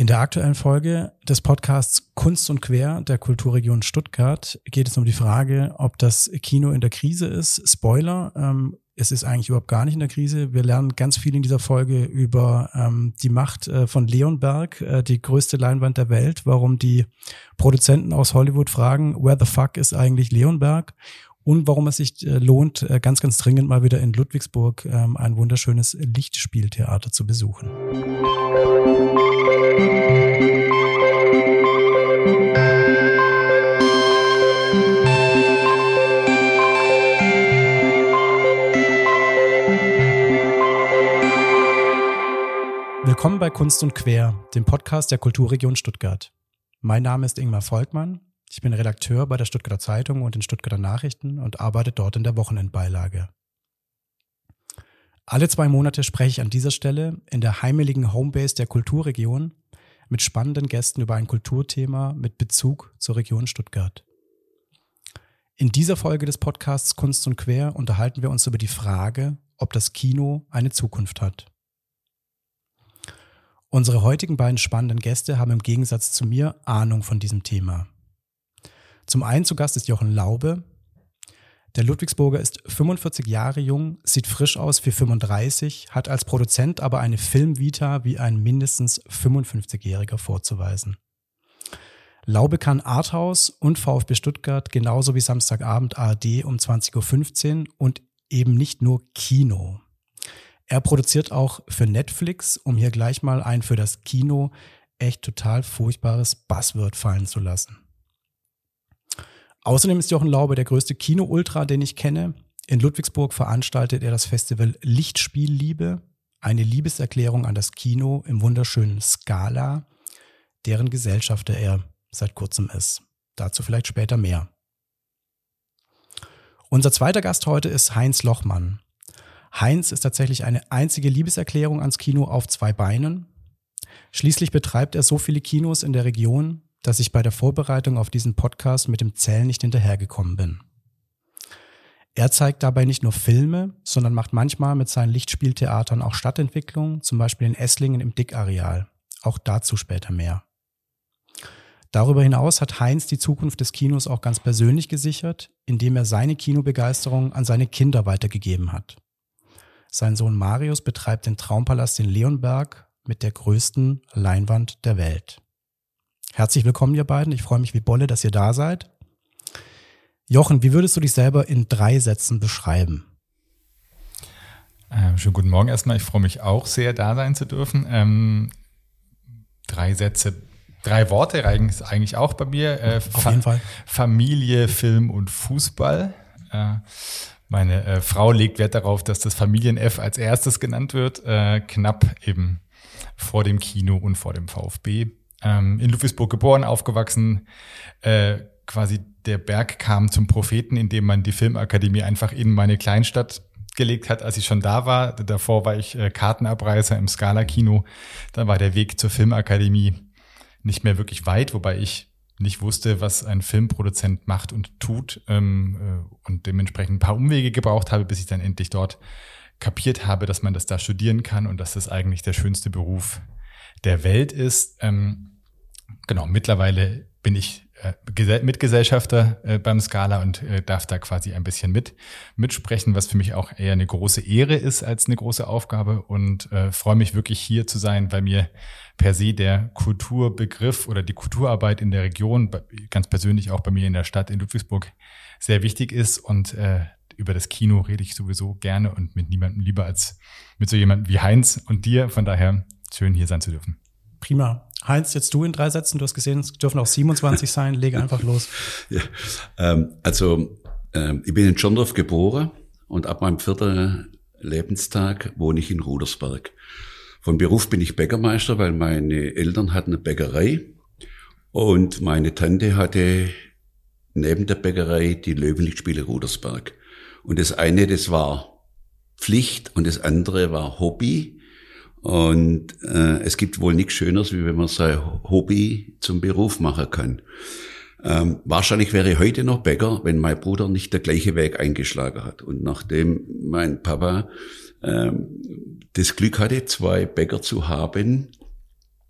In der aktuellen Folge des Podcasts Kunst und Quer der Kulturregion Stuttgart geht es um die Frage, ob das Kino in der Krise ist. Spoiler, es ist eigentlich überhaupt gar nicht in der Krise. Wir lernen ganz viel in dieser Folge über die Macht von Leonberg, die größte Leinwand der Welt, warum die Produzenten aus Hollywood fragen, where the fuck ist eigentlich Leonberg? Und warum es sich lohnt, ganz, ganz dringend mal wieder in Ludwigsburg ein wunderschönes Lichtspieltheater zu besuchen. Willkommen bei Kunst und Quer, dem Podcast der Kulturregion Stuttgart. Mein Name ist Ingmar Volkmann. Ich bin Redakteur bei der Stuttgarter Zeitung und den Stuttgarter Nachrichten und arbeite dort in der Wochenendbeilage. Alle 2 Monate spreche ich an dieser Stelle in der heimeligen Homebase der Kulturregion mit spannenden Gästen über ein Kulturthema mit Bezug zur Region Stuttgart. In dieser Folge des Podcasts Kunst und Quer unterhalten wir uns über die Frage, ob das Kino eine Zukunft hat. Unsere heutigen beiden spannenden Gäste haben im Gegensatz zu mir Ahnung von diesem Thema. Zum einen zu Gast ist Jochen Laube. Der Ludwigsburger ist 45 Jahre jung, sieht frisch aus für 35, hat als Produzent aber eine Filmvita wie ein mindestens 55-Jähriger vorzuweisen. Laube kann Arthouse und VfB Stuttgart genauso wie Samstagabend ARD um 20.15 Uhr und eben nicht nur Kino. Er produziert auch für Netflix, um hier gleich mal ein für das Kino echt total furchtbares Buzzword fallen zu lassen. Außerdem ist Jochen Laube der größte Kino-Ultra, den ich kenne. In Ludwigsburg veranstaltet er das Festival Lichtspielliebe, eine Liebeserklärung an das Kino im wunderschönen Scala, deren Gesellschafter er seit kurzem ist. Dazu vielleicht später mehr. Unser zweiter Gast heute ist Heinz Lochmann. Heinz ist tatsächlich eine einzige Liebeserklärung ans Kino auf 2 Beinen. Schließlich betreibt er so viele Kinos in der Region, dass ich bei der Vorbereitung auf diesen Podcast mit dem Zählen nicht hinterhergekommen bin. Er zeigt dabei nicht nur Filme, sondern macht manchmal mit seinen Lichtspieltheatern auch Stadtentwicklungen, zum Beispiel in Esslingen im Dickareal. Auch dazu später mehr. Darüber hinaus hat Heinz die Zukunft des Kinos auch ganz persönlich gesichert, indem er seine Kinobegeisterung an seine Kinder weitergegeben hat. Sein Sohn Marius betreibt den Traumpalast in Leonberg mit der größten Leinwand der Welt. Herzlich willkommen, ihr beiden. Ich freue mich wie Bolle, dass ihr da seid. Jochen, wie würdest du dich selber in 3 Sätzen beschreiben? Schönen guten Morgen erstmal. Ich freue mich auch sehr, da sein zu dürfen. 3 Sätze, 3 Worte eigentlich auch bei mir. Auf jeden Fall. Familie, Film und Fußball. Meine Frau legt Wert darauf, dass das Familien-F als erstes genannt wird, knapp eben vor dem Kino und vor dem VfB. In Ludwigsburg geboren, aufgewachsen, quasi der Berg kam zum Propheten, indem man die Filmakademie einfach in meine Kleinstadt gelegt hat, als ich schon da war. Davor war ich Kartenabreißer im Scala-Kino. Dann war der Weg zur Filmakademie nicht mehr wirklich weit, wobei ich nicht wusste, was ein Filmproduzent macht und tut und dementsprechend ein paar Umwege gebraucht habe, bis ich dann endlich dort kapiert habe, dass man das da studieren kann und dass das eigentlich der schönste Beruf der Welt ist. Genau, mittlerweile bin ich Mitgesellschafter beim Scala und darf da quasi ein bisschen mitsprechen, was für mich auch eher eine große Ehre ist als eine große Aufgabe und freue mich wirklich hier zu sein, weil mir per se der Kulturbegriff oder die Kulturarbeit in der Region, ganz persönlich auch bei mir in der Stadt in Ludwigsburg, sehr wichtig ist und über das Kino rede ich sowieso gerne und mit niemandem lieber als mit so jemandem wie Heinz und dir. Von daher schön, hier sein zu dürfen. Prima. Heinz, jetzt du in 3 Sätzen. Du hast gesehen, es dürfen auch 27 sein. Lege einfach los. Ja, ich bin in Tschorndorf geboren und ab meinem 4. Lebenstag wohne ich in Rudersberg. Von Beruf bin ich Bäckermeister, weil meine Eltern hatten eine Bäckerei und meine Tante hatte neben der Bäckerei die Löwenlichtspiele Rudersberg. Und das eine, das war Pflicht und das andere war Hobby. Und es gibt wohl nichts Schöneres, wie wenn man sein Hobby zum Beruf machen kann. Wahrscheinlich wäre ich heute noch Bäcker, wenn mein Bruder nicht der gleiche Weg eingeschlagen hat. Und nachdem mein Papa das Glück hatte, 2 Bäcker zu haben,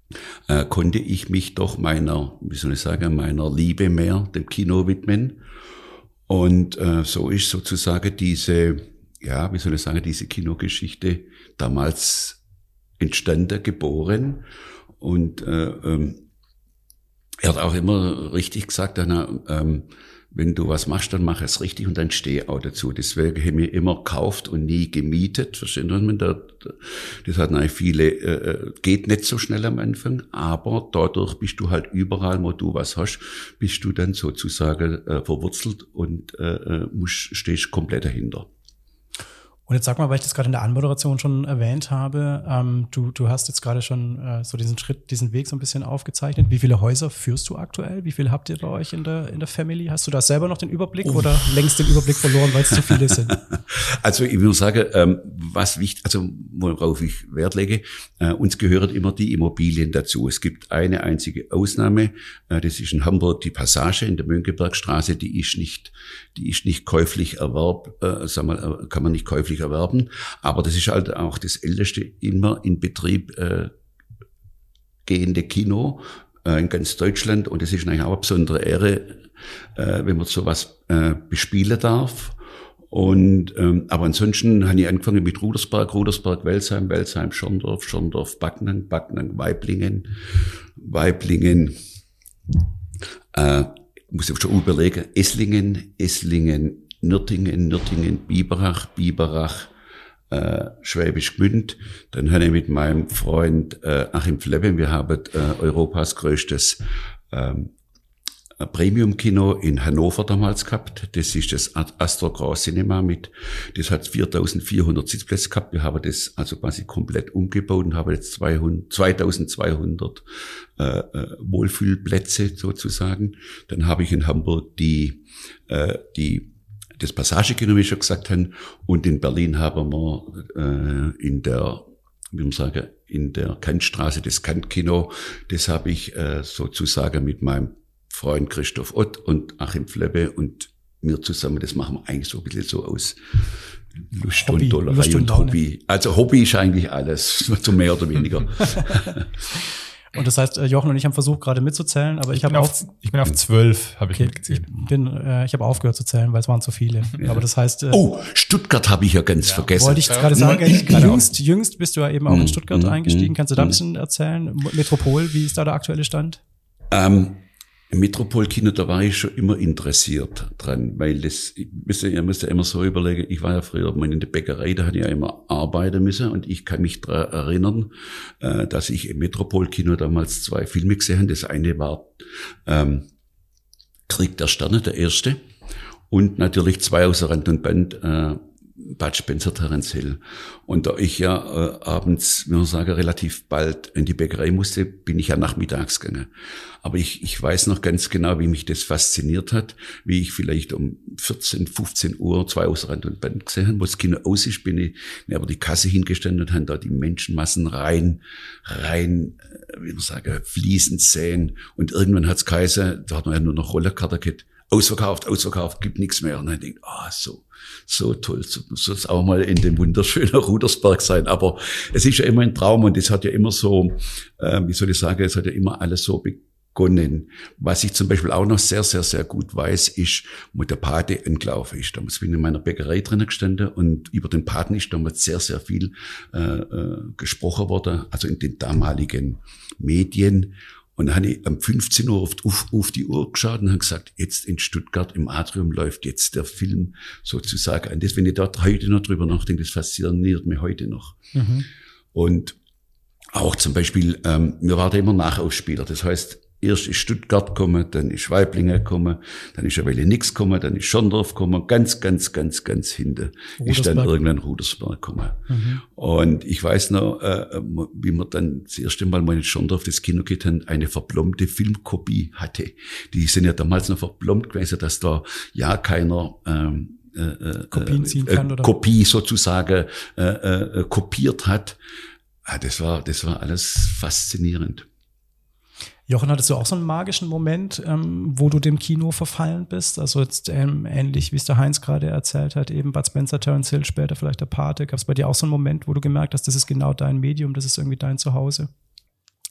konnte ich mich doch meiner Liebe mehr dem Kino widmen. Und so ist sozusagen diese Kinogeschichte damals entstanden, geboren. Und er hat auch immer richtig gesagt, wenn du was machst, dann mach es richtig und dann steh auch dazu. Deswegen haben wir immer gekauft und nie gemietet. Verstehen Sie? Das hat natürlich viele, geht nicht so schnell am Anfang, aber dadurch bist du halt überall, wo du was hast, bist du dann sozusagen verwurzelt und stehst komplett dahinter. Und jetzt sag mal, weil ich das gerade in der Anmoderation schon erwähnt habe, du hast jetzt gerade schon so diesen Weg so ein bisschen aufgezeichnet. Wie viele Häuser führst du aktuell? Wie viele habt ihr bei euch in der Family? Hast du da selber noch den Überblick oder längst den Überblick verloren, weil es zu viele sind? Also ich würde sagen, worauf ich Wert lege, uns gehören immer die Immobilien dazu. Es gibt eine einzige Ausnahme, das ist in Hamburg die Passage in der Mönckebergstraße, die ist nicht käuflich kann man nicht käuflich erwerben, aber das ist halt auch das älteste immer in Betrieb gehende Kino in ganz Deutschland, und es ist eigentlich auch eine besondere Ehre, wenn man sowas bespielen darf. Und aber ansonsten habe ich angefangen mit Rudersberg, Welsheim, Schorndorf, Backnang, Waiblingen, muss ich schon überlegen, Esslingen, Nürtingen, Biberach, Schwäbisch Gmünd. Dann habe ich mit meinem Freund Achim Flebbe, wir haben Europas größtes Premium-Kino in Hannover damals gehabt. Das ist das Astor Grand Cinema das hat 4.400 Sitzplätze gehabt. Wir haben das also quasi komplett umgebaut und haben jetzt 2.200 Wohlfühlplätze sozusagen. Dann habe ich in Hamburg das Passagekino, wie ich schon gesagt habe, und in Berlin haben wir in der Kantstraße das Kantkino. Das habe ich sozusagen mit meinem Freund Christoph Ott und Achim Flebbe und mir zusammen, das machen wir eigentlich so ein bisschen so aus Lust und Dollerei und Hobby. Also Hobby ist eigentlich alles, so mehr oder weniger. Und das heißt, Jochen und ich haben versucht, gerade mitzuzählen, aber ich bin auf 12, habe ich mitgezählt. Ich habe aufgehört zu zählen, weil es waren zu viele. Ja. Aber das heißt, Stuttgart habe ich ja ganz vergessen. Wollte ich gerade sagen, jüngst bist du ja eben auch in Stuttgart eingestiegen. Kannst du da ein bisschen erzählen? Metropol, wie ist da der aktuelle Stand? Im Metropolkino, da war ich schon immer interessiert dran, weil ihr müsst ja immer so überlegen, ich war ja früher mal in der Bäckerei, da hatte ich ja immer arbeiten müssen, und ich kann mich daran erinnern, dass ich im Metropolkino damals 2 Filme gesehen habe. Das eine war Krieg der Sterne, der erste, und natürlich 2 außer Rand und Band, Bud Spencer, Terence Hill. Und da ich ja abends, wie man sagen, relativ bald in die Bäckerei musste, bin ich ja nachmittags gegangen. Aber ich weiß noch ganz genau, wie mich das fasziniert hat, wie ich vielleicht um 14, 15 Uhr 2 außer Rand und Band gesehen habe, wo das Kino aus ist, bin ich neben die Kasse hingestanden und habe da die Menschenmassen rein, wie man sagen, fließend sehen. Und irgendwann hat's geheißen, da hat man ja nur noch Rollerkarte gehabt, ausverkauft, gibt nichts mehr. Und dann denke ich, so toll, soll es auch mal in dem wunderschönen Rudersberg sein. Aber es ist ja immer ein Traum, und es hat ja immer so, es hat ja immer alles so begonnen. Was ich zum Beispiel auch noch sehr, sehr, sehr gut weiß, ist, wo der Pate angelaufen ist. Damals bin ich in meiner Bäckerei drinnen gestanden, und über den Paten ist damals sehr, sehr viel gesprochen worden, also in den damaligen Medien. Und dann habe ich um 15 Uhr auf die Uhr geschaut und habe gesagt, jetzt in Stuttgart im Atrium läuft jetzt der Film sozusagen an. Das, wenn ich da heute noch drüber nachdenke, das fasziniert mich heute noch. Mhm. Und auch zum Beispiel, wir waren da immer Nachausspieler. Das heißt, erst ist Stuttgart gekommen, dann ist Waiblingen gekommen, dann ist eine Weile nichts gekommen, dann ist Schorndorf gekommen, ganz hinten ist dann irgendwann Rudersberg gekommen. Mhm. Und ich weiß noch, wie wir dann das erste Mal in Schorndorf das Kino getan, eine verblombte Filmkopie hatte. Die sind ja damals noch verblombt gewesen, dass da ja keiner Kopien ziehen kann, oder? Kopie sozusagen kopiert hat. Das war alles faszinierend. Jochen, hattest du auch so einen magischen Moment, wo du dem Kino verfallen bist? Also jetzt ähnlich, wie es der Heinz gerade erzählt hat, eben Bud Spencer, Terence Hill, später vielleicht der Pate. Gab es bei dir auch so einen Moment, wo du gemerkt hast, das ist genau dein Medium, das ist irgendwie dein Zuhause?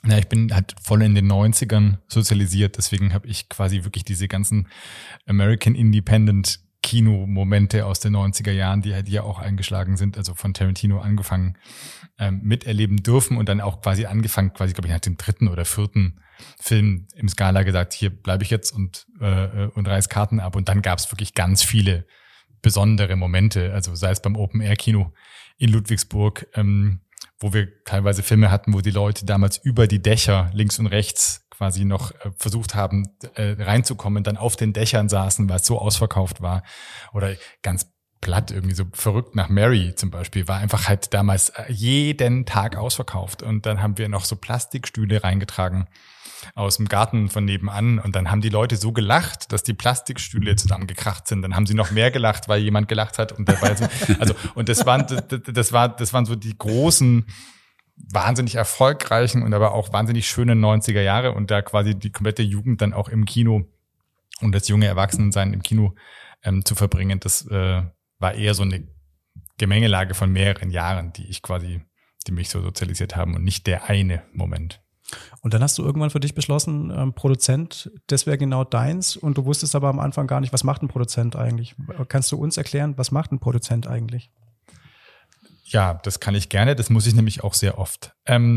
Ja, ich bin halt voll in den 90ern sozialisiert, deswegen habe ich quasi wirklich diese ganzen American Independent Kino-Momente aus den 90er Jahren, die halt hier auch eingeschlagen sind, also von Tarantino angefangen, miterleben dürfen und dann auch quasi angefangen, quasi, glaube ich, nach dem 3. oder 4. Film im Skala gesagt, hier bleibe ich jetzt und reiß Karten ab. Und dann gab es wirklich ganz viele besondere Momente, also sei es beim Open-Air-Kino in Ludwigsburg, wo wir teilweise Filme hatten, wo die Leute damals über die Dächer links und rechts quasi noch versucht haben, reinzukommen, dann auf den Dächern saßen, weil es so ausverkauft war. Oder ganz platt, irgendwie so verrückt nach Mary zum Beispiel, war einfach halt damals jeden Tag ausverkauft. Und dann haben wir noch so Plastikstühle reingetragen aus dem Garten von nebenan. Und dann haben die Leute so gelacht, dass die Plastikstühle zusammengekracht sind. Dann haben sie noch mehr gelacht, weil jemand gelacht hat. Und dabei so, und das waren so die großen, wahnsinnig erfolgreichen und aber auch wahnsinnig schönen 90er Jahre und da quasi die komplette Jugend dann auch im Kino und das junge Erwachsenensein im Kino zu verbringen. Das war eher so eine Gemengelage von mehreren Jahren, die mich so sozialisiert haben und nicht der eine Moment. Und dann hast du irgendwann für dich beschlossen, Produzent, das wäre genau deins und du wusstest aber am Anfang gar nicht, was macht ein Produzent eigentlich? Kannst du uns erklären, was macht ein Produzent eigentlich? Ja, das kann ich gerne, das muss ich nämlich auch sehr oft.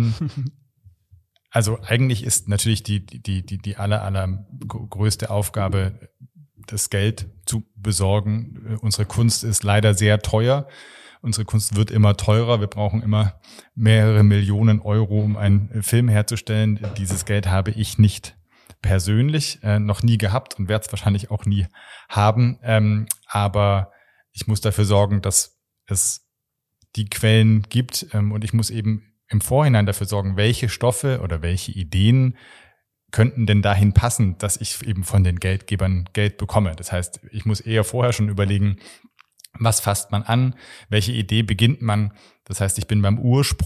Also eigentlich ist natürlich die allergrößte Aufgabe, das Geld zu besorgen. Unsere Kunst ist leider sehr teuer. Unsere Kunst wird immer teurer. Wir brauchen immer mehrere Millionen Euro, um einen Film herzustellen. Dieses Geld habe ich nicht persönlich noch nie gehabt und werde es wahrscheinlich auch nie haben. Aber ich muss dafür sorgen, dass es die Quellen gibt und ich muss eben im Vorhinein dafür sorgen, welche Stoffe oder welche Ideen könnten denn dahin passen, dass ich eben von den Geldgebern Geld bekomme. Das heißt, ich muss eher vorher schon überlegen, was fasst man an, welche Idee beginnt man. Das heißt, ich bin bei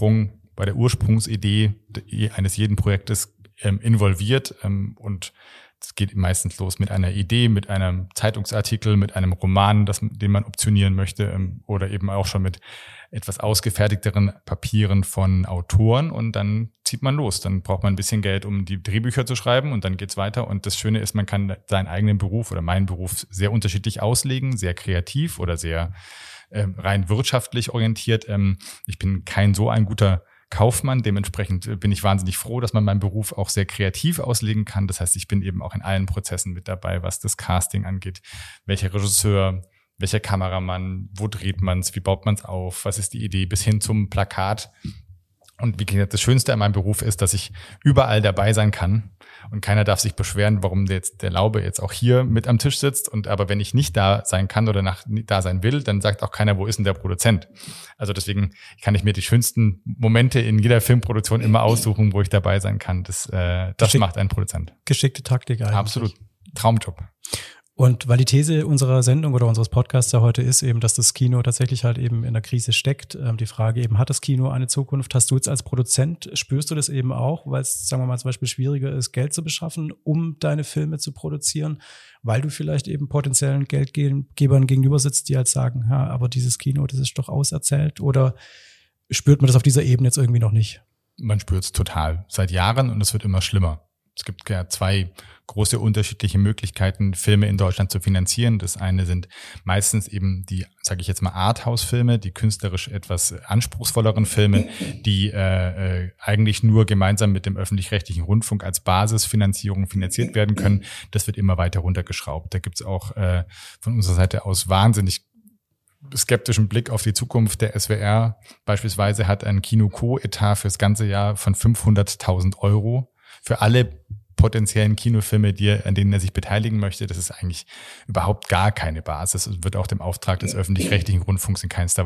der Ursprungsidee eines jeden Projektes involviert und es geht meistens los mit einer Idee, mit einem Zeitungsartikel, mit einem Roman, den man optionieren möchte oder eben auch schon mit etwas ausgefertigteren Papieren von Autoren und dann zieht man los. Dann braucht man ein bisschen Geld, um die Drehbücher zu schreiben und dann geht's weiter. Und das Schöne ist, man kann seinen eigenen Beruf oder meinen Beruf sehr unterschiedlich auslegen, sehr kreativ oder sehr rein wirtschaftlich orientiert. Ich bin kein so ein guter Kaufmann. Dementsprechend bin ich wahnsinnig froh, dass man meinen Beruf auch sehr kreativ auslegen kann. Das heißt, ich bin eben auch in allen Prozessen mit dabei, was das Casting angeht. Welcher Regisseur, welcher Kameramann, wo dreht man's, wie baut man's auf, was ist die Idee, bis hin zum Plakat. Und wie gesagt, das Schönste an meinem Beruf ist, dass ich überall dabei sein kann und keiner darf sich beschweren, warum der Laube jetzt auch hier mit am Tisch sitzt. Aber wenn ich nicht da sein kann oder da sein will, dann sagt auch keiner, wo ist denn der Produzent? Also deswegen kann ich mir die schönsten Momente in jeder Filmproduktion immer aussuchen, wo ich dabei sein kann. Das macht einen Produzent. Geschickte Taktik eigentlich. Absolut. Traumjob. Und weil die These unserer Sendung oder unseres Podcasts ja heute ist eben, dass das Kino tatsächlich halt eben in der Krise steckt, die Frage eben, hat das Kino eine Zukunft? Hast du jetzt als Produzent, spürst du das eben auch, weil es, sagen wir mal, zum Beispiel schwieriger ist, Geld zu beschaffen, um deine Filme zu produzieren, weil du vielleicht eben potenziellen Geldgebern gegenüber sitzt, die halt sagen, ja, aber dieses Kino, das ist doch auserzählt, oder spürt man das auf dieser Ebene jetzt irgendwie noch nicht? Man spürt es total seit Jahren und es wird immer schlimmer. Es gibt ja zwei große unterschiedliche Möglichkeiten, Filme in Deutschland zu finanzieren. Das eine sind meistens eben die, sage ich jetzt mal, Arthouse-Filme, die künstlerisch etwas anspruchsvolleren Filme, die eigentlich nur gemeinsam mit dem öffentlich-rechtlichen Rundfunk als Basisfinanzierung finanziert werden können. Das wird immer weiter runtergeschraubt. Da gibt's auch von unserer Seite aus wahnsinnig skeptischen Blick auf die Zukunft. Der SWR beispielsweise hat einen Kino-Co-Etat fürs ganze Jahr von 500.000 Euro für alle potenziellen Kinofilme, an denen er sich beteiligen möchte. Das ist eigentlich überhaupt gar keine Basis und wird auch dem Auftrag des öffentlich-rechtlichen Rundfunks in keinster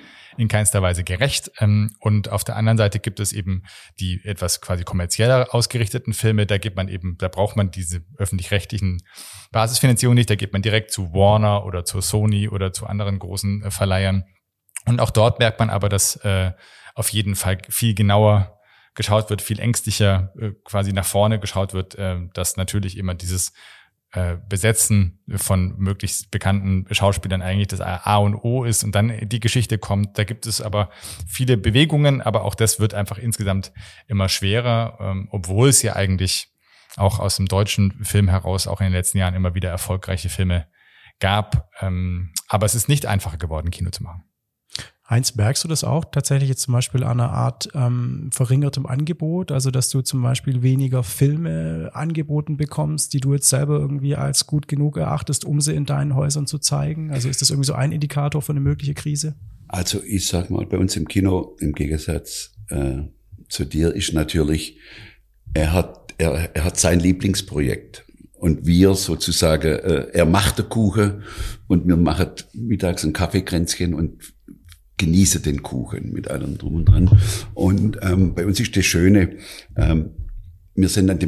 Weise gerecht. Und auf der anderen Seite gibt es eben die etwas quasi kommerzieller ausgerichteten Filme. Da braucht man diese öffentlich-rechtlichen Basisfinanzierung nicht. Da geht man direkt zu Warner oder zu Sony oder zu anderen großen Verleihern. Und auch dort merkt man aber, dass auf jeden Fall viel genauer geschaut wird, viel ängstlicher quasi nach vorne geschaut wird, dass natürlich immer dieses Besetzen von möglichst bekannten Schauspielern eigentlich das A und O ist und dann die Geschichte kommt. Da gibt es aber viele Bewegungen, aber auch das wird einfach insgesamt immer schwerer, obwohl es ja eigentlich auch aus dem deutschen Film heraus auch in den letzten Jahren immer wieder erfolgreiche Filme gab. Aber es ist nicht einfacher geworden, Kino zu machen. Heinz, merkst du das auch tatsächlich jetzt zum Beispiel an einer Art verringertem Angebot? Also, dass du zum Beispiel weniger Filme angeboten bekommst, die du jetzt selber irgendwie als gut genug erachtest, um sie in deinen Häusern zu zeigen? Also ist das irgendwie so ein Indikator für eine mögliche Krise? Also ich sag mal, bei uns im Kino, im Gegensatz zu dir, ist natürlich, er hat sein Lieblingsprojekt. Und wir sozusagen, er macht den Kuchen und wir machen mittags ein Kaffeekränzchen und genieße den Kuchen mit allem drum und dran. Und bei uns ist das Schöne, wir sind an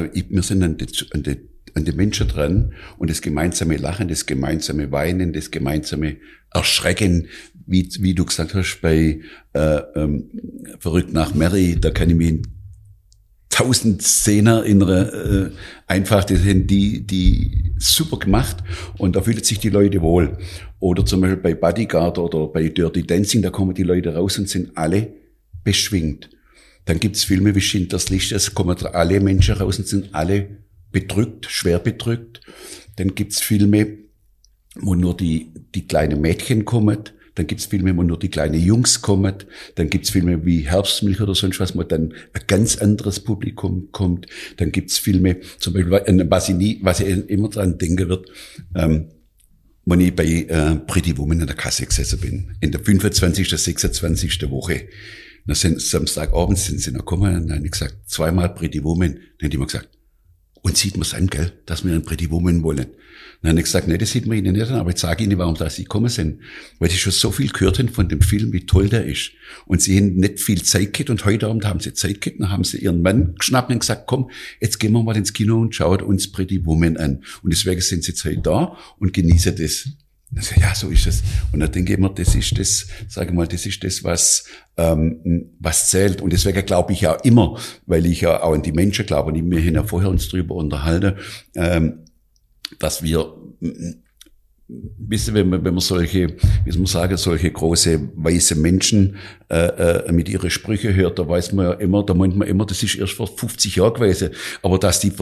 die Menschen dran und das gemeinsame Lachen, das gemeinsame Weinen, das gemeinsame Erschrecken, wie du gesagt hast, bei Verrückt nach Mary, da kann ich mich 1000 Szenen erinnern, einfach, die sind die super gemacht und da fühlen sich die Leute wohl. Oder zum Beispiel bei Bodyguard oder bei Dirty Dancing, da kommen die Leute raus und sind alle beschwingt. Dann gibt's Filme wie Schindlers Liste, da kommen alle Menschen raus und sind alle bedrückt, schwer bedrückt. Dann gibt's Filme, wo nur die kleinen Mädchen kommen. Dann gibt's Filme, wo nur die kleinen Jungs kommen. Dann gibt's Filme wie Herbstmilch oder sonst was, wo dann ein ganz anderes Publikum kommt. Dann gibt's Filme, zum Beispiel, was ich immer dran denken wird, wenn ich bei Pretty Woman in der Kasse gesessen bin, in der 25., 26. Woche. Dann sind Samstagabend sind sie noch gekommen und dann habe ich gesagt, 2-mal Pretty Woman. Dann haben die mir gesagt, und sieht man's an, gell, dass wir einen Pretty Woman wollen. Dann habe ich gesagt, nee, das sieht man Ihnen nicht an, aber ich sage Ihnen, warum sie gekommen sind. Weil Sie schon so viel gehört haben von dem Film, wie toll der ist. Und Sie haben nicht viel Zeit gehabt und heute Abend haben Sie Zeit gehabt, dann haben Sie Ihren Mann geschnappt und gesagt, komm, jetzt gehen wir mal ins Kino und schauen uns Pretty Woman an. Und deswegen sind Sie jetzt heute da und genießen das. Also, ja, so ist es. Und dann denke ich immer, das ist das, sage ich mal, das ist das, was zählt. Und deswegen glaube ich ja immer, weil ich ja auch an die Menschen glaube, und wir haben ja vorher uns drüber unterhalten, dass wir, wissen, wenn man solche, wie soll man sagen, solche große weiße Menschen mit ihren Sprüchen hört, da weiß man ja immer, da meint man immer, das ist erst vor 50 Jahren gewesen. Aber dass die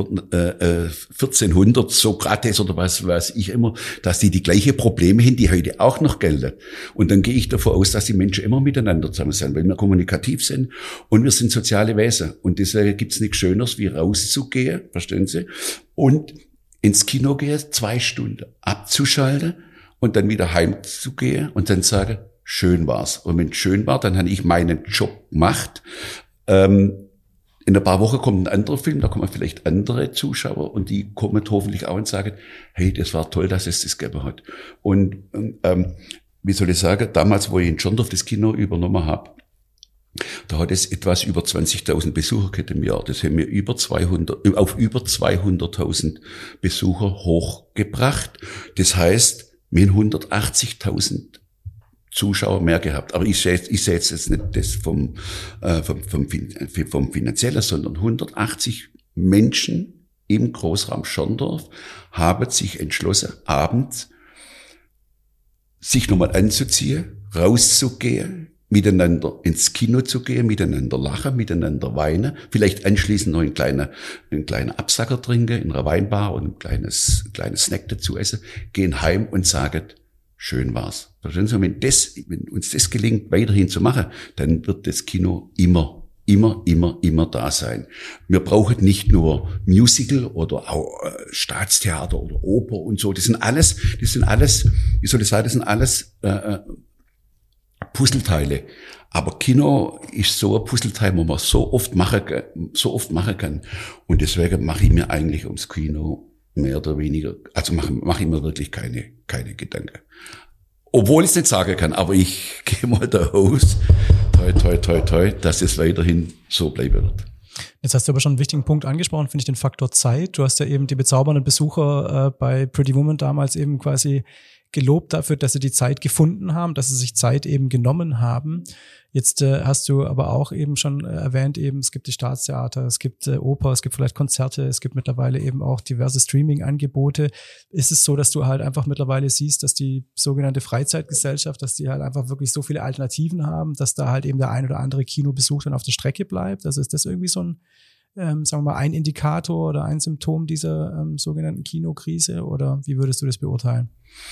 1400 Sokrates oder was weiß ich immer, dass die gleichen Probleme haben, die heute auch noch gelten. Und dann gehe ich davon aus, dass die Menschen immer miteinander zusammen sind, weil wir kommunikativ sind und wir sind soziale Wesen. Und deswegen gibt's nichts Schöneres, wie rauszugehen, verstehen Sie? Und ins Kino gehen, 2 Stunden abzuschalten und dann wieder heimzugehen und dann sagen, schön war's. Und wenn es schön war, dann habe ich meinen Job gemacht. In ein paar Wochen kommt ein anderer Film, da kommen vielleicht andere Zuschauer und die kommen hoffentlich auch und sagen, hey, das war toll, dass es das gegeben hat. Und wie soll ich sagen, damals, wo ich in Schondorf das Kino übernommen habe, da hat es etwas über 20.000 Besucher gehabt im Jahr. Das haben wir auf über 200.000 Besucher hochgebracht. Das heißt, wir haben 180.000 Zuschauer mehr gehabt. Aber ich sehe jetzt nicht das vom Finanziellen, sondern 180 Menschen im Großraum Schondorf haben sich entschlossen, abends sich nochmal anzuziehen, rauszugehen, miteinander ins Kino zu gehen, miteinander lachen, miteinander weinen, vielleicht anschließend noch einen kleinen Absacker trinken in einer Weinbar und ein kleines Snack dazu essen, gehen heim und sagen, schön war's. Verstehen Sie, wenn uns das gelingt, weiterhin zu machen, dann wird das Kino immer da sein. Wir brauchen nicht nur Musical oder auch Staatstheater oder Oper und so. Das sind alles, wie soll ich sagen, das sind alles Puzzleteile. Aber Kino ist so ein Puzzleteil, wo man so oft machen kann. Und deswegen mache ich mir eigentlich ums Kino mehr oder weniger, also mache ich mir wirklich keine Gedanken. Obwohl ich es nicht sagen kann, aber ich gehe mal davon aus, toi, dass es weiterhin so bleiben wird. Jetzt hast du aber schon einen wichtigen Punkt angesprochen, finde ich, den Faktor Zeit. Du hast ja eben die bezaubernden Besucher bei Pretty Woman damals eben quasi gelobt dafür, dass sie die Zeit gefunden haben, dass sie sich Zeit eben genommen haben. Jetzt hast du aber auch eben schon erwähnt, eben es gibt die Staatstheater, es gibt Oper, es gibt vielleicht Konzerte, es gibt mittlerweile eben auch diverse Streaming-Angebote. Ist es so, dass du halt einfach mittlerweile siehst, dass die sogenannte Freizeitgesellschaft, dass die halt einfach wirklich so viele Alternativen haben, dass da halt eben der ein oder andere Kinobesuch dann auf der Strecke bleibt? Also ist das irgendwie so ein, sagen wir mal, ein Indikator oder ein Symptom dieser sogenannten Kinokrise, oder wie würdest du das beurteilen?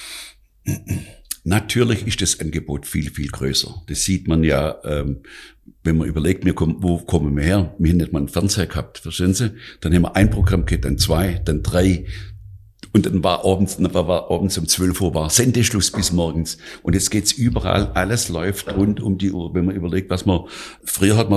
Natürlich ist das Angebot viel, viel größer. Das sieht man ja, wenn man überlegt, wo kommen wir her? Wir haben nicht mal einen Fernseher gehabt, verstehen Sie? Dann haben wir ein Programm gehabt, dann 2, dann 3. Und dann war abends um 12 Uhr war Sendeschluss bis morgens. Und jetzt geht's überall, alles läuft rund um die Uhr. Wenn man überlegt, früher hat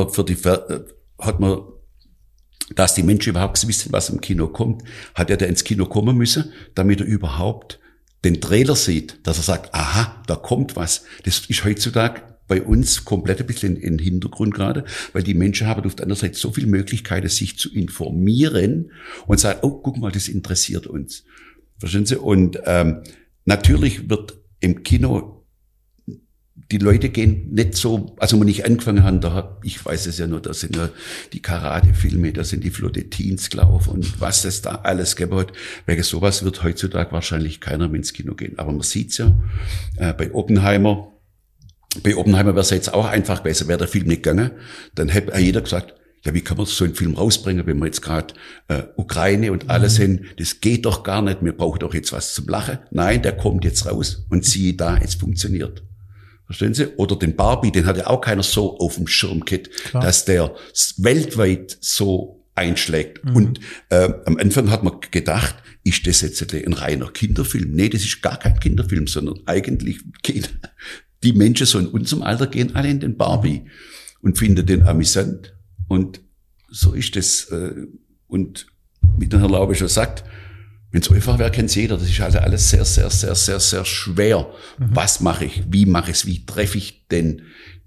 man dass die Menschen überhaupt wissen, was im Kino kommt, hat er da ins Kino kommen müssen, damit er überhaupt den Trailer sieht, dass er sagt, aha, da kommt was. Das ist heutzutage bei uns komplett ein bisschen in den Hintergrund gerade, weil die Menschen haben auf der anderen Seite so viele Möglichkeiten, sich zu informieren und sagen, oh, guck mal, das interessiert uns. Verstehen Sie? Und natürlich wird im Kino, die Leute gehen nicht so, also wenn ich angefangen habe, ich weiß es ja nur, da sind ja die Karate-Filme, da sind die Flotte Teens gelaufen und was es da alles gegeben hat. Wegen sowas wird heutzutage wahrscheinlich keiner mehr ins Kino gehen. Aber man sieht's ja, bei Oppenheimer wäre es jetzt auch einfach gewesen, wäre der Film nicht gegangen, dann hätte jeder gesagt, ja, wie kann man so einen Film rausbringen, wenn wir jetzt gerade Ukraine und alles sind, das geht doch gar nicht, wir brauchen doch jetzt was zum Lachen. Nein, der kommt jetzt raus und siehe da, es funktioniert. Verstehen Sie? Oder den Barbie, den hat ja auch keiner so auf dem Schirm gehabt, dass der weltweit so einschlägt. Und am Anfang hat man gedacht, ist das jetzt ein reiner Kinderfilm? Nee, das ist gar kein Kinderfilm, sondern eigentlich gehen die Menschen so in unserem Alter gehen alle in den Barbie und finden den amüsant. Und so ist das. Und wie der Herr Laube schon sagt, wenn es einfach wäre, kennt es jeder. Das ist also alles sehr, sehr, sehr, sehr, sehr schwer. Was mache ich? Wie mache ich es? Wie treffe ich denn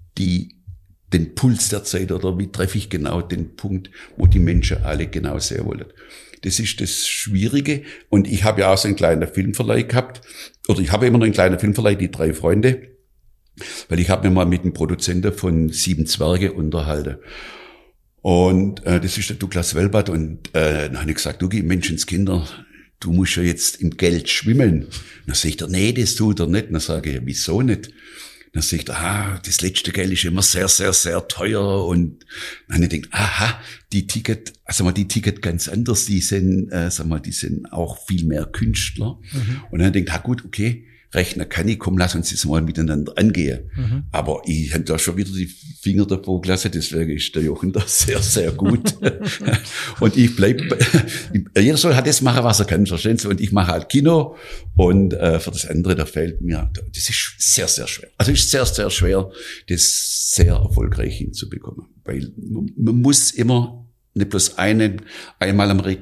den Puls der Zeit oder wie treffe ich genau den Punkt, wo die Menschen alle genau sehen wollen? Das ist das Schwierige. Und ich habe ja auch so einen kleinen Filmverleih gehabt. Oder ich habe immer noch einen kleinen Filmverleih, die 3 Freunde. Weil ich habe mir mal mit dem Produzenten von 7 Zwerge unterhalten. Und das ist der Douglas Welbert. Und dann habe ich gesagt, du, Menschenskinder, du musst ja jetzt im Geld schwimmen. Dann sagt er, nee, das tut er nicht. Dann sage ich, ja, wieso nicht? Dann sagt er, das letzte Geld ist immer sehr, sehr, sehr teuer. Und dann habe ich gedacht, aha, die Ticket ganz anders, die sind, die sind auch viel mehr Künstler. Und dann habe ich gedacht, gut, okay, rechnen kann ich, komm, lass uns jetzt mal miteinander angehen. Aber ich habe da schon wieder die Finger davor gelassen, deswegen ist der Jochen da sehr, sehr gut. Und ich jeder soll halt das machen, was er kann, verstehen Sie? Und ich mache halt Kino und für das andere, da fehlt mir, das ist sehr, sehr schwer. Also ist sehr, sehr schwer, das sehr erfolgreich hinzubekommen. Weil man muss immer nicht bloß einmal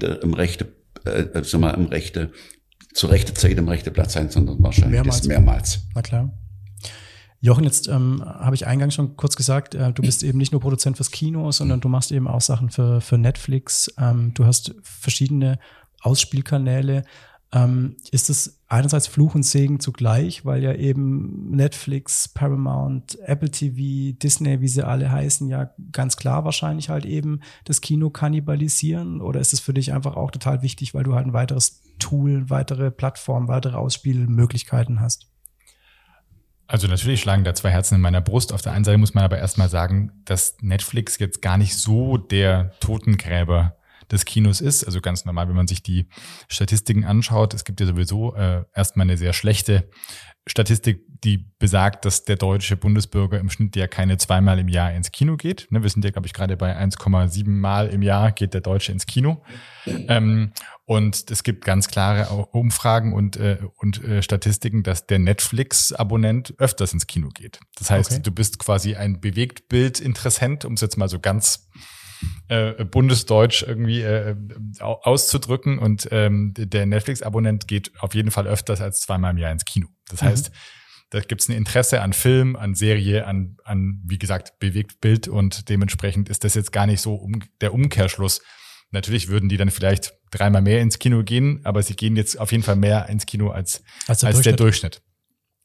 zur rechten Zeit am rechten Platz sein, sondern wahrscheinlich mehrmals. Na klar. Jochen, jetzt habe ich eingangs schon kurz gesagt, du bist eben nicht nur Produzent fürs Kino, sondern du machst eben auch Sachen für Netflix. Du hast verschiedene Ausspielkanäle. Ist es einerseits Fluch und Segen zugleich, weil ja eben Netflix, Paramount, Apple TV, Disney, wie sie alle heißen, ja ganz klar wahrscheinlich halt eben das Kino kannibalisieren? Oder ist es für dich einfach auch total wichtig, weil du halt ein weiteres Tool, weitere Plattform, weitere Ausspielmöglichkeiten hast? Also natürlich schlagen da 2 Herzen in meiner Brust. Auf der einen Seite muss man aber erstmal sagen, dass Netflix jetzt gar nicht so der Totengräber des Kinos ist. Also ganz normal, wenn man sich die Statistiken anschaut. Es gibt ja sowieso erstmal eine sehr schlechte Statistik, die besagt, dass der deutsche Bundesbürger im Schnitt ja keine 2-mal im Jahr ins Kino geht. Wir sind ja, glaube ich, gerade bei 1,7 Mal im Jahr geht der Deutsche ins Kino. Und es gibt ganz klare Umfragen und Statistiken, dass der Netflix-Abonnent öfters ins Kino geht. Das heißt, Du bist quasi ein Bewegtbild-Interessent, um es jetzt mal so ganz bundesdeutsch irgendwie auszudrücken. Und der Netflix-Abonnent geht auf jeden Fall öfters als 2-mal im Jahr ins Kino. Das heißt, da gibt es ein Interesse an Film, an Serie, an wie gesagt, Bewegtbild, und dementsprechend ist das jetzt gar nicht so der Umkehrschluss. Natürlich würden die dann vielleicht 3-mal mehr ins Kino gehen, aber sie gehen jetzt auf jeden Fall mehr ins Kino als der Durchschnitt.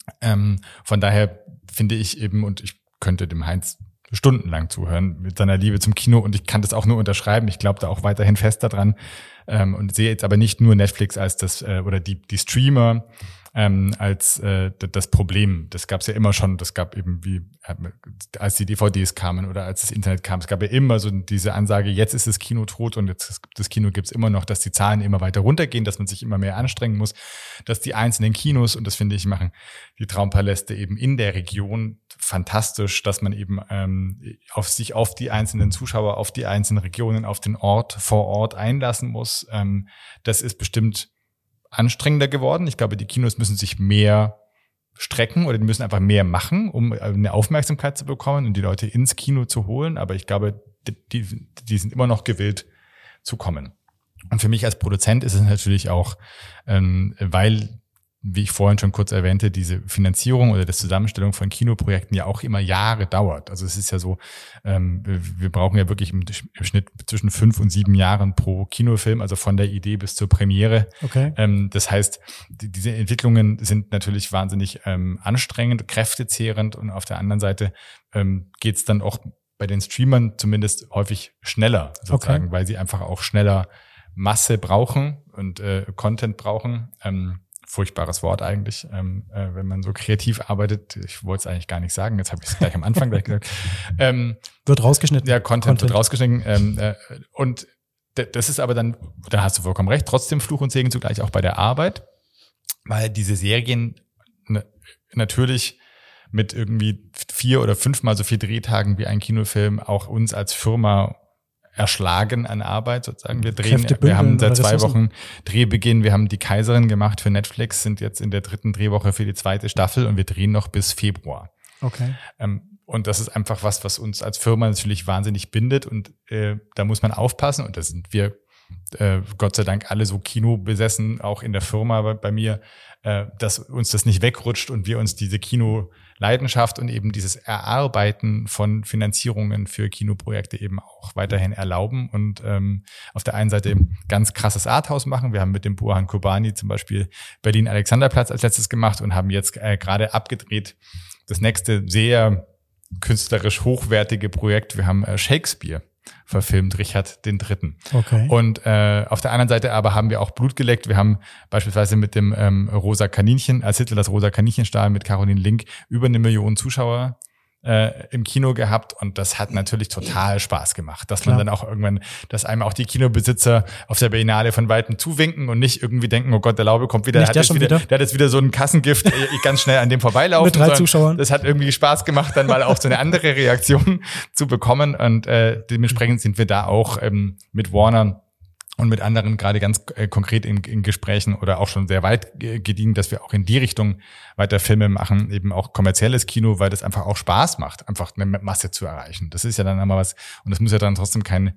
Von daher finde ich eben, und ich könnte dem Heinz stundenlang zuhören mit seiner Liebe zum Kino und ich kann das auch nur unterschreiben. Ich glaube da auch weiterhin fest daran und sehe jetzt aber nicht nur Netflix als das oder die Streamer als das Problem. Das gab es ja immer schon. Das gab eben als die DVDs kamen oder als das Internet kam. Es gab ja immer so diese Ansage, jetzt ist das Kino tot und jetzt das Kino gibt's immer noch, dass die Zahlen immer weiter runtergehen, dass man sich immer mehr anstrengen muss, dass die einzelnen Kinos, und das finde ich, machen die Traumpaläste eben in der Region fantastisch, dass man eben auf die einzelnen Zuschauer, auf die einzelnen Regionen, auf den Ort vor Ort einlassen muss. Das ist bestimmt anstrengender geworden. Ich glaube, die Kinos müssen sich mehr strecken oder die müssen einfach mehr machen, um eine Aufmerksamkeit zu bekommen und die Leute ins Kino zu holen. Aber ich glaube, die sind immer noch gewillt zu kommen. Und für mich als Produzent ist es natürlich auch, weil, wie ich vorhin schon kurz erwähnte, diese Finanzierung oder die Zusammenstellung von Kinoprojekten ja auch immer Jahre dauert. Also es ist ja so, wir brauchen ja wirklich im Schnitt zwischen 5 und 7 Jahren pro Kinofilm, also von der Idee bis zur Premiere. Okay. Das heißt, diese Entwicklungen sind natürlich wahnsinnig anstrengend, kräftezehrend und auf der anderen Seite geht es dann auch bei den Streamern zumindest häufig schneller, sozusagen, weil sie einfach auch schneller Masse brauchen und Content brauchen. Furchtbares Wort eigentlich, wenn man so kreativ arbeitet. Ich wollte es eigentlich gar nicht sagen, jetzt habe ich es gleich am Anfang gleich gesagt. Wird rausgeschnitten. Ja, Content wird rausgeschnitten. Und das ist aber dann, da hast du vollkommen recht, trotzdem Fluch und Segen zugleich auch bei der Arbeit, weil diese Serien natürlich mit irgendwie 4 oder 5 Mal so viel Drehtagen wie ein Kinofilm auch uns als Firma erschlagen an Arbeit sozusagen. Wir haben seit 2 Wochen Drehbeginn, wir haben Die Kaiserin gemacht für Netflix, sind jetzt in der 3. Drehwoche für die 2. Staffel und wir drehen noch bis Februar. Okay. Und das ist einfach was uns als Firma natürlich wahnsinnig bindet und da muss man aufpassen und da sind wir Gott sei Dank alle so Kino besessen, auch in der Firma bei mir, dass uns das nicht wegrutscht und wir uns diese Kino-Leidenschaft und eben dieses Erarbeiten von Finanzierungen für Kinoprojekte eben auch weiterhin erlauben und auf der einen Seite ganz krasses Arthouse machen. Wir haben mit dem Burhan Kobani zum Beispiel Berlin-Alexanderplatz als letztes gemacht und haben jetzt gerade abgedreht das nächste sehr künstlerisch hochwertige Projekt. Wir haben Shakespeare verfilmt, Richard III. Okay. Und auf der anderen Seite aber haben wir auch Blut geleckt. Wir haben beispielsweise mit dem Rosa Kaninchen, als Hitler das Rosa Kaninchenstahl mit Caroline Link über 1 Million Zuschauer im Kino gehabt und das hat natürlich total Spaß gemacht, dass man dann auch irgendwann, dass einem auch die Kinobesitzer auf der Berlinale von Weitem zuwinken und nicht irgendwie denken, oh Gott, der Laube kommt wieder, der hat jetzt wieder so ein Kassengift, ganz schnell an dem vorbeilaufen. Mit 3 Zuschauern. Das hat irgendwie Spaß gemacht, dann mal auch so eine andere Reaktion zu bekommen und dementsprechend sind wir da auch mit Warner und mit anderen gerade ganz konkret in Gesprächen oder auch schon sehr weit gediehen, dass wir auch in die Richtung weiter Filme machen, eben auch kommerzielles Kino, weil das einfach auch Spaß macht, einfach eine Masse zu erreichen. Das ist ja dann einmal was, und das muss ja dann trotzdem keine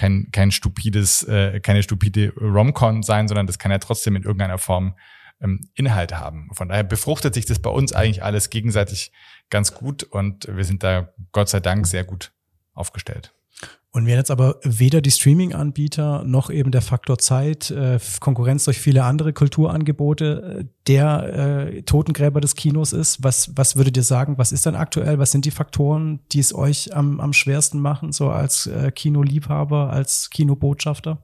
stupide Rom-Com sein, sondern das kann ja trotzdem in irgendeiner Form Inhalt haben. Von daher befruchtet sich das bei uns eigentlich alles gegenseitig ganz gut und wir sind da Gott sei Dank sehr gut aufgestellt. Und wenn jetzt aber weder die Streaming-Anbieter noch eben der Faktor Zeit, Konkurrenz durch viele andere Kulturangebote, der Totengräber des Kinos ist, was würdet ihr sagen, was ist denn aktuell, was sind die Faktoren, die es euch am schwersten machen, so als Kinoliebhaber, als Kinobotschafter?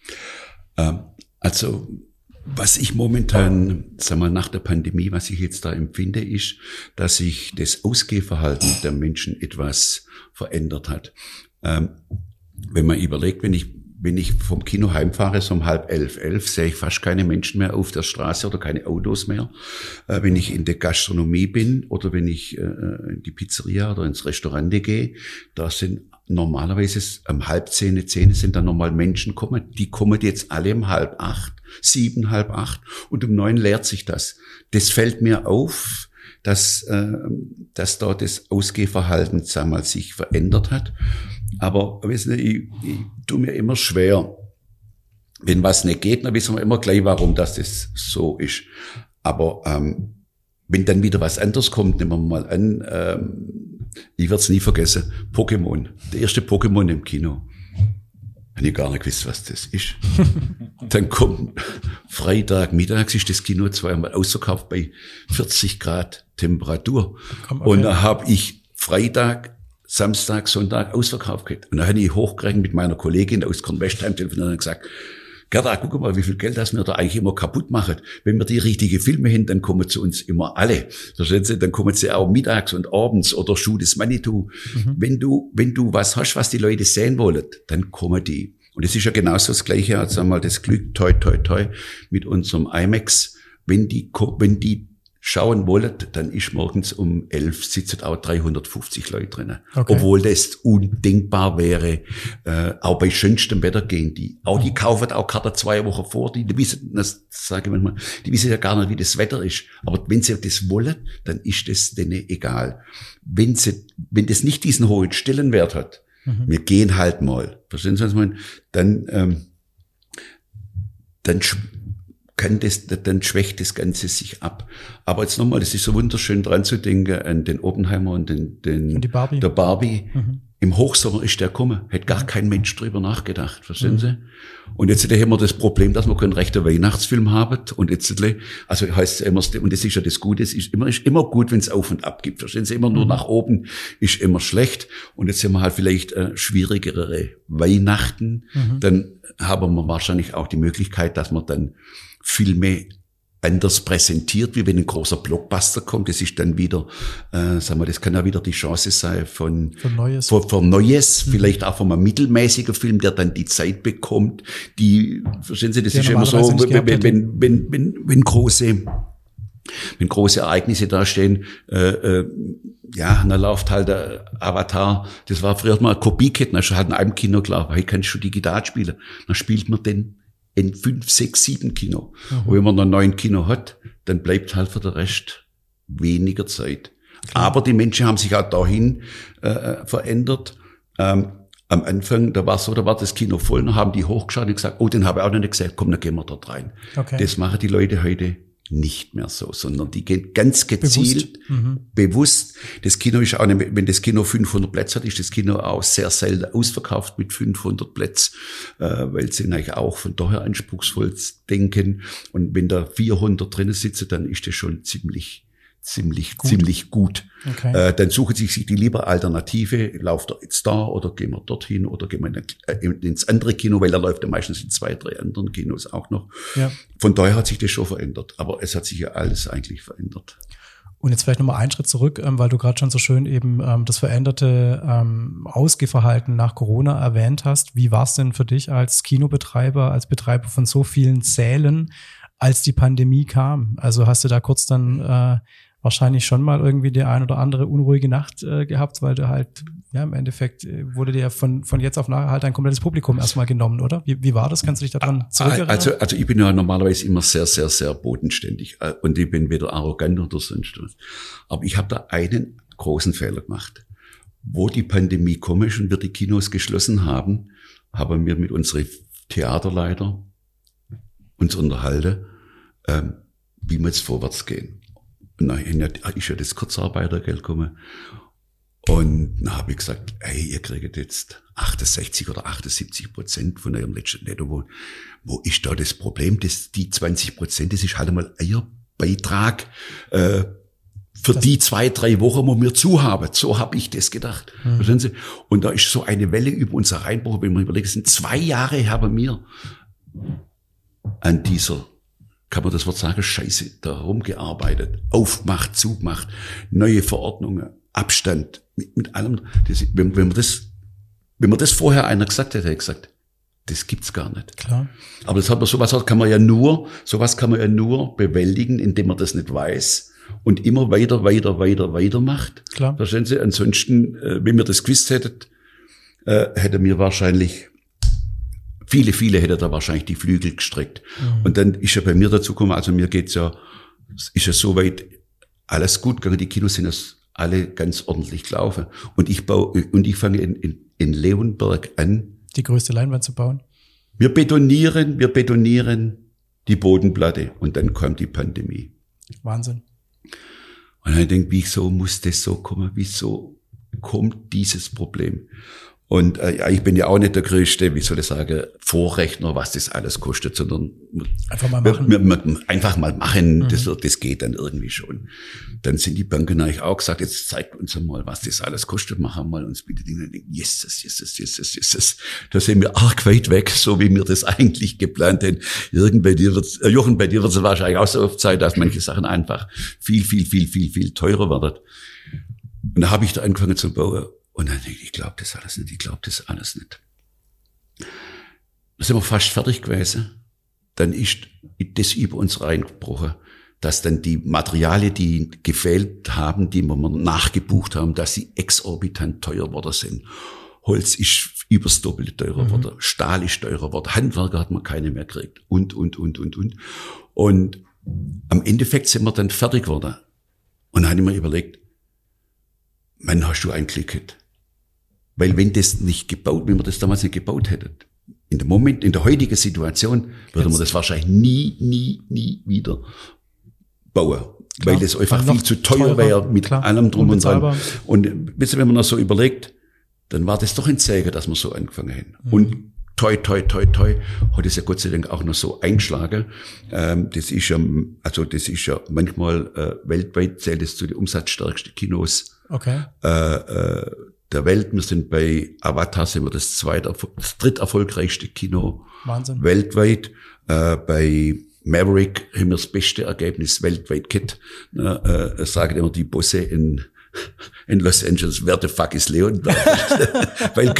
Also was ich momentan, sag mal, nach der Pandemie, was ich jetzt da empfinde, ist, dass sich das Ausgehverhalten der Menschen etwas verändert hat. Wenn man überlegt, wenn ich vom Kino heimfahre, so um 10:30, sehe ich fast keine Menschen mehr auf der Straße oder keine Autos mehr. Wenn ich in der Gastronomie bin oder wenn ich in die Pizzeria oder ins Restaurant gehe, da sind normalerweise um 7:30 sind dann nochmal Menschen kommen. Die kommen jetzt alle um 7:30, 7:30 und um 9 leert sich das. Das fällt mir auf, dass dort das Ausgehverhalten, sagen wir mal, sich verändert hat. Aber wissen Sie, ich tue mir immer schwer, wenn was nicht geht, dann wissen wir immer gleich, warum das so ist. Aber wenn dann wieder was anderes kommt, nehmen wir mal an, ich werde es nie vergessen, Pokémon, der erste Pokémon im Kino. Habe ich gar nicht gewusst, was das ist. Dann kommt Freitag, mittags ist das Kino zweimal ausverkauft bei 40 Grad Temperatur. Okay. Und da habe ich Freitag, Samstag, Sonntag ausverkauft gehabt. Und da habe ich hochgerechnet mit meiner Kollegin aus Kornwestheim telefoniert und gesagt, Gerda, guck mal, wie viel Geld das wir da eigentlich immer kaputt machen. Wenn wir die richtigen Filme hin, dann kommen zu uns immer alle. Verstehen Sie? Dann kommen sie auch mittags und abends oder Schuh des Manitou. Wenn du was hast, was die Leute sehen wollen, dann kommen die. Und es ist ja genauso das Gleiche, als einmal das Glück, toi, toi, toi, mit unserem IMAX. Wenn die schauen wollen, dann ist morgens um 11 sitzen auch 350 Leute drin. Okay. Obwohl das undenkbar wäre. Auch bei schönstem Wetter gehen die. Auch die kaufen auch Karten 2 Wochen vor. Die wissen, das sage ich manchmal, die wissen ja gar nicht, wie das Wetter ist. Aber wenn sie das wollen, dann ist das denen egal. Wenn das nicht diesen hohen Stellenwert hat, wir gehen halt mal. Verstehen Sie, was ich meine? Dann schwächt das Ganze sich ab. Aber jetzt nochmal, das ist so wunderschön dran zu denken an den Oppenheimer und die Barbie. Der Barbie. Im Hochsommer ist der gekommen. Hätte gar kein Mensch drüber nachgedacht. Verstehen Sie? Und jetzt haben wir das Problem, dass wir keinen rechten Weihnachtsfilm haben. Und jetzt, also heißt es immer, und das ist ja das Gute, es ist immer gut, wenn es auf und ab gibt. Verstehen Sie? Immer nur nach oben ist immer schlecht. Und jetzt haben wir halt vielleicht schwierigere Weihnachten. Dann haben wir wahrscheinlich auch die Möglichkeit, dass wir dann Filme anders präsentiert, wie wenn ein großer Blockbuster kommt. Das ist dann wieder, sagen wir, das kann ja wieder die Chance sein für Neues, vielleicht auch von einem mittelmäßigen Film, der dann die Zeit bekommt, verstehen Sie, das ist immer so, wenn große Ereignisse da stehen, dann läuft halt der Avatar, das war früher mal Kopieketten, das ist halt in einem Kino klar, heute kannst du digital spielen, dann spielt man den in 5, 6, 7 Kino. Und wenn man noch 9 Kino hat, dann bleibt halt für den Rest weniger Zeit. Klar. Aber die Menschen haben sich auch dahin verändert. Am Anfang, da war das Kino voll, dann haben die hochgeschaut und gesagt, oh, den habe ich auch noch nicht gesehen, komm, dann gehen wir dort rein. Okay. Das machen die Leute heute nicht mehr so, sondern die gehen ganz gezielt, bewusst. Das Kino ist auch nicht, wenn das Kino 500 Plätze hat, ist das Kino auch sehr selten ausverkauft mit 500 Plätzen, weil sie eigentlich auch von daher anspruchsvoll denken. Und wenn da 400 drinnen sitzen, dann ist das schon ziemlich gut. Okay. Dann suchen sie sich die lieber Alternative, lauft er jetzt da oder gehen wir dorthin oder gehen wir ins andere Kino, weil er läuft ja meistens in 2, 3 anderen Kinos auch noch. Ja. Von daher hat sich das schon verändert, aber es hat sich ja alles eigentlich verändert. Und jetzt vielleicht nochmal einen Schritt zurück, weil du gerade schon so schön eben das veränderte Ausgehverhalten nach Corona erwähnt hast. Wie war es denn für dich als Kinobetreiber, als Betreiber von so vielen Sälen, als die Pandemie kam? Also hast du da kurz dann wahrscheinlich schon mal irgendwie die ein oder andere unruhige Nacht gehabt, weil du halt, ja, im Endeffekt wurde dir von jetzt auf nachher halt ein komplettes Publikum erstmal genommen, oder? Wie war das? Kannst du dich daran zurückerinnern? Also ich bin ja normalerweise immer sehr, sehr, sehr bodenständig und ich bin weder arrogant oder sonst was. Aber ich habe da einen großen Fehler gemacht. Wo die Pandemie gekommen ist und wir die Kinos geschlossen haben, haben wir mit unseren Theaterleiter uns unterhalten, wie wir jetzt vorwärts gehen. Und dann ist ja das Kurzarbeitergeld gekommen. Und dann habe ich gesagt, hey, ihr kriegt jetzt 68 oder 78% von eurem letzten Nettolohn. Wo ist da das Problem? Die 20%, das ist halt einmal euer Beitrag für die 2, 3 Wochen, wo wir zu haben. So habe ich das gedacht. Verstehen Sie? Und da ist so eine Welle über uns hereinbrochen, wenn man überlegt, es sind 2 Jahre haben wir an dieser, kann man das Wort sagen, Scheiße, da rumgearbeitet, aufgemacht, zugemacht, neue Verordnungen, Abstand, mit allem. Wenn man das vorher einer gesagt hätte, hätte ich gesagt, das gibt's gar nicht. Klar. Aber sowas kann man ja nur bewältigen, indem man das nicht weiß und immer weiter macht. Klar. Verstehen Sie? Ansonsten, wenn wir das gewusst hätten, hätte mir wahrscheinlich viele hätten da wahrscheinlich die Flügel gestreckt. Und dann ist ja bei mir dazu gekommen, also mir ist ja soweit alles gut gegangen, die Kinos sind ja alle ganz ordentlich gelaufen. Und ich fange in Leonberg an, die größte Leinwand zu bauen. Wir betonieren die Bodenplatte und dann kommt die Pandemie. Wahnsinn. Und dann denke ich, wieso muss das so kommen? Wieso kommt dieses Problem? Und ich bin ja auch nicht der größte, wie soll ich sagen, Vorrechner, was das alles kostet, sondern einfach mal machen. Einfach mal machen, das geht dann irgendwie schon. Dann sind die Banken eigentlich auch gesagt, jetzt zeigt uns mal, was das alles kostet, machen mal uns bitte Dinge. Yes. Da sind wir arg weit weg, so wie wir das eigentlich geplant haben. Jochen, bei dir wird es wahrscheinlich auch so oft sein, dass manche Sachen einfach viel teurer werden. Und da habe ich da angefangen zu bauen. Und dann denke ich glaube das alles nicht. Da sind wir fast fertig gewesen. Dann ist das über uns reingebrochen, dass dann die Materialien, die gefehlt haben, die wir nachgebucht haben, dass sie exorbitant teuer geworden sind. Holz ist übers Doppelte teurer geworden, Stahl ist teurer geworden, Handwerker hat man keine mehr gekriegt und. Und am Endeffekt sind wir dann fertig geworden. Und dann habe ich mir überlegt, Mann, hast du ein Glück gehabt. Weil wenn wir das damals nicht gebaut hätten, in der heutigen Situation, würde man das wahrscheinlich nie wieder bauen. Klar, weil das einfach viel zu teuer wäre mit allem drum und dran. Und wisst ihr, wenn man das so überlegt, dann war das doch ein Segen, dass wir so angefangen haben. Und toi, hat es ja Gott sei Dank auch noch so eingeschlagen. Das ist ja manchmal weltweit zählt es zu den umsatzstärksten Kinos. Okay. Der Welt. Wir sind bei Avatar sind wir das dritterfolgreichste Kino. Wahnsinn. Weltweit. Bei Maverick haben wir das beste Ergebnis weltweit gehabt. Sagen immer die Bosse in Los Angeles, wer the fuck ist Leonberg? Weil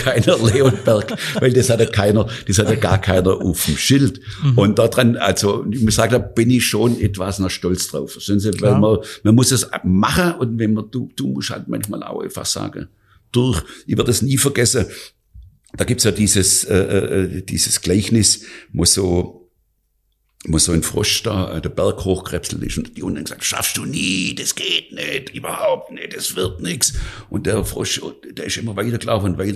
das hat ja gar keiner auf dem Schild. Und daran, also, ich muss sagen, da bin ich schon etwas noch stolz drauf. Verstehen Sie? Weil man muss es machen und wenn man, du musst halt manchmal auch einfach sagen, ich werde das nie vergessen. Da gibt's ja dieses Gleichnis, wo so ein Frosch da der Berg hochkrebselt ist und die unten gesagt, schaffst du nie, das geht nicht, überhaupt nicht, das wird nix. Und der Frosch, der ist immer weitergelaufen und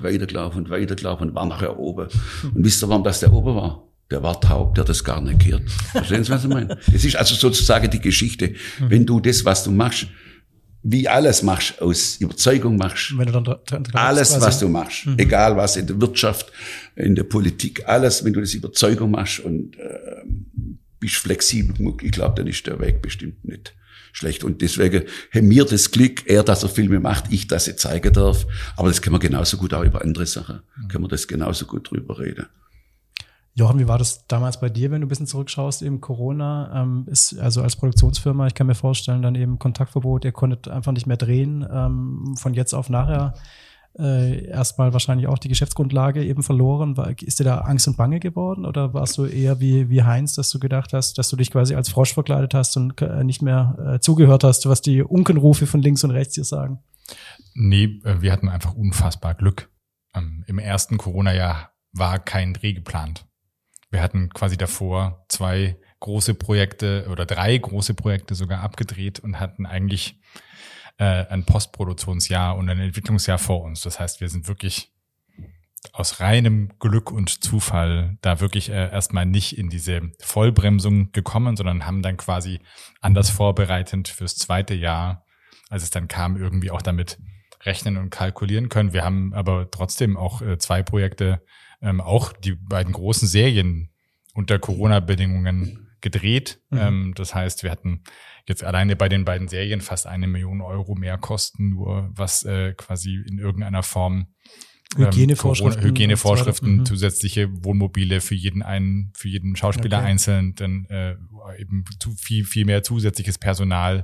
war nachher oben. Und wisst ihr, warum das der oben war? Der war taub, der hat das gar nicht gehört. Verstehen Sie, was ich meine? Es ist also sozusagen die Geschichte. Wenn du das, was du machst, wie alles machst, aus Überzeugung machst, wenn du dann alles, quasi, was du machst, egal was, in der Wirtschaft, in der Politik, alles, wenn du das Überzeugung machst und bist flexibel genug, ich glaube, dann ist der Weg bestimmt nicht schlecht. Und deswegen haben wir das Glück, er, dass er Filme macht, ich, dass ich zeigen darf, aber das können wir genauso gut auch über andere Sachen, können wir das genauso gut drüber reden. Jochen, wie war das damals bei dir, wenn du ein bisschen zurückschaust, eben Corona, ist also als Produktionsfirma, ich kann mir vorstellen, dann eben Kontaktverbot, ihr konntet einfach nicht mehr drehen, von jetzt auf nachher erstmal wahrscheinlich auch die Geschäftsgrundlage eben verloren. Ist dir da Angst und Bange geworden oder warst du eher wie Heinz, dass du gedacht hast, dass du dich quasi als Frosch verkleidet hast und nicht mehr zugehört hast, was die Unkenrufe von links und rechts dir sagen? Nee, wir hatten einfach unfassbar Glück. Im ersten Corona-Jahr war kein Dreh geplant. Wir hatten quasi davor 2 große Projekte oder 3 große Projekte sogar abgedreht und hatten eigentlich ein Postproduktionsjahr und ein Entwicklungsjahr vor uns. Das heißt, wir sind wirklich aus reinem Glück und Zufall da wirklich erstmal nicht in diese Vollbremsung gekommen, sondern haben dann quasi anders vorbereitend fürs zweite Jahr, als es dann kam, irgendwie auch damit rechnen und kalkulieren können. Wir haben aber trotzdem auch 2 Projekte, auch die beiden großen Serien unter Corona-Bedingungen gedreht. Das heißt, wir hatten jetzt alleine bei den beiden Serien fast 1 Million Euro mehr Kosten, nur was quasi in irgendeiner Form Hygienevorschriften, zusätzliche Wohnmobile für jeden Schauspieler einzeln, dann eben viel mehr zusätzliches Personal,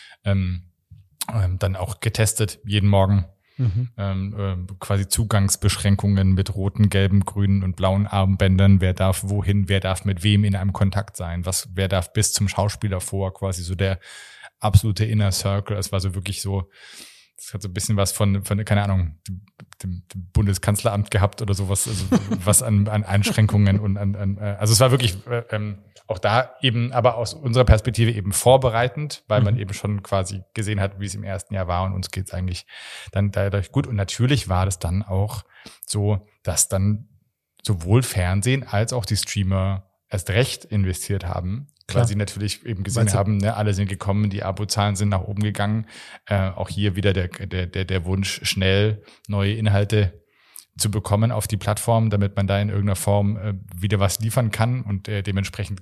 dann auch getestet jeden Morgen. Quasi Zugangsbeschränkungen mit roten, gelben, grünen und blauen Armbändern. Wer darf wohin, wer darf mit wem in einem Kontakt sein, wer darf bis zum Schauspieler vor, quasi so der absolute Inner Circle. Es war so wirklich so, es hat so ein bisschen was von keine Ahnung, dem Bundeskanzleramt gehabt oder sowas, also was an Einschränkungen und also es war wirklich auch da eben, aber aus unserer Perspektive eben vorbereitend, weil man eben schon quasi gesehen hat, wie es im ersten Jahr war und uns geht's eigentlich dann dadurch gut. Und natürlich war das dann auch so, dass dann sowohl Fernsehen als auch die Streamer erst recht investiert haben, weil sie natürlich eben gesehen haben, ne, alle sind gekommen, die Abozahlen sind nach oben gegangen. Auch hier wieder der Wunsch, schnell neue Inhalte zu bekommen auf die Plattform, damit man da in irgendeiner Form wieder was liefern kann und dementsprechend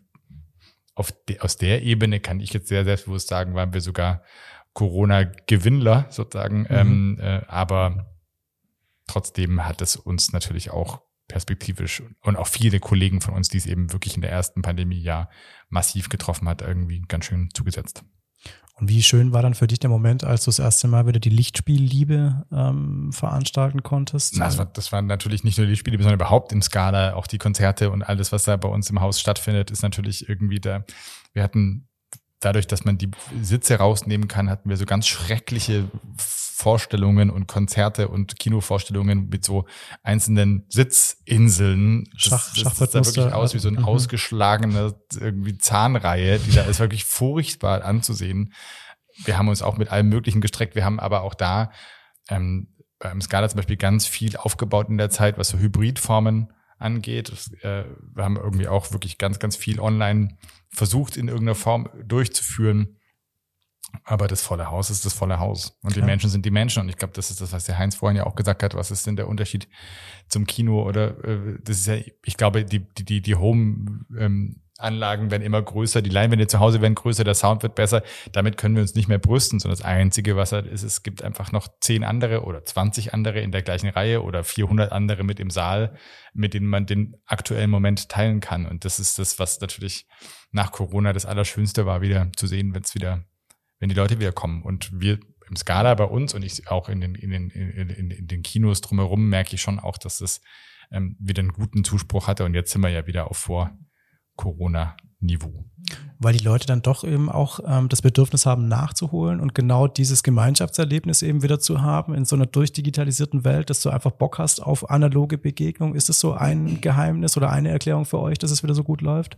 aus der Ebene kann ich jetzt sehr selbstbewusst sagen, waren wir sogar Corona-Gewinnler sozusagen, aber trotzdem hat es uns natürlich auch perspektivisch und auch viele Kollegen von uns, die es eben wirklich in der ersten Pandemiejahr massiv getroffen hat, irgendwie ganz schön zugesetzt. Und wie schön war dann für dich der Moment, als du das erste Mal wieder die Lichtspielliebe veranstalten konntest? Das war natürlich nicht nur die Lichtspielliebe, sondern überhaupt im Scala, auch die Konzerte und alles, was da bei uns im Haus stattfindet, ist natürlich irgendwie da. Wir hatten dadurch, dass man die Sitze rausnehmen kann, hatten wir so ganz schreckliche Vorstellungen und Konzerte und Kinovorstellungen mit so einzelnen Sitzinseln. Das sah wirklich aus wie so ein ausgeschlagene irgendwie Zahnreihe, die da ist wirklich furchtbar anzusehen. Wir haben uns auch mit allem Möglichen gestreckt. Wir haben aber auch da beim Scala zum Beispiel ganz viel aufgebaut in der Zeit, was so Hybridformen angeht. Wir haben irgendwie auch wirklich ganz, ganz viel online versucht, in irgendeiner Form durchzuführen. Aber das volle Haus ist das volle Haus. Und die Menschen sind die Menschen. Und ich glaube, das ist das, was der Heinz vorhin ja auch gesagt hat. Was ist denn der Unterschied zum Kino? Oder das ist ja, ich glaube, die Home-Anlagen werden immer größer, die Leinwände zu Hause werden größer, der Sound wird besser. Damit können wir uns nicht mehr brüsten, sondern das Einzige, was halt ist, es gibt einfach noch 10 andere oder 20 andere in der gleichen Reihe oder 400 andere mit im Saal, mit denen man den aktuellen Moment teilen kann. Und das ist das, was natürlich nach Corona das Allerschönste war, wieder zu sehen, wenn die Leute wieder kommen. Und wir im Scala bei uns und ich auch in den Kinos drumherum merke ich schon auch, dass das wieder einen guten Zuspruch hatte. Und jetzt sind wir ja wieder auf Vor-Corona-Niveau. Weil die Leute dann doch eben auch das Bedürfnis haben, nachzuholen und genau dieses Gemeinschaftserlebnis eben wieder zu haben in so einer durchdigitalisierten Welt, dass du einfach Bock hast auf analoge Begegnung. Ist das so ein Geheimnis oder eine Erklärung für euch, dass es wieder so gut läuft?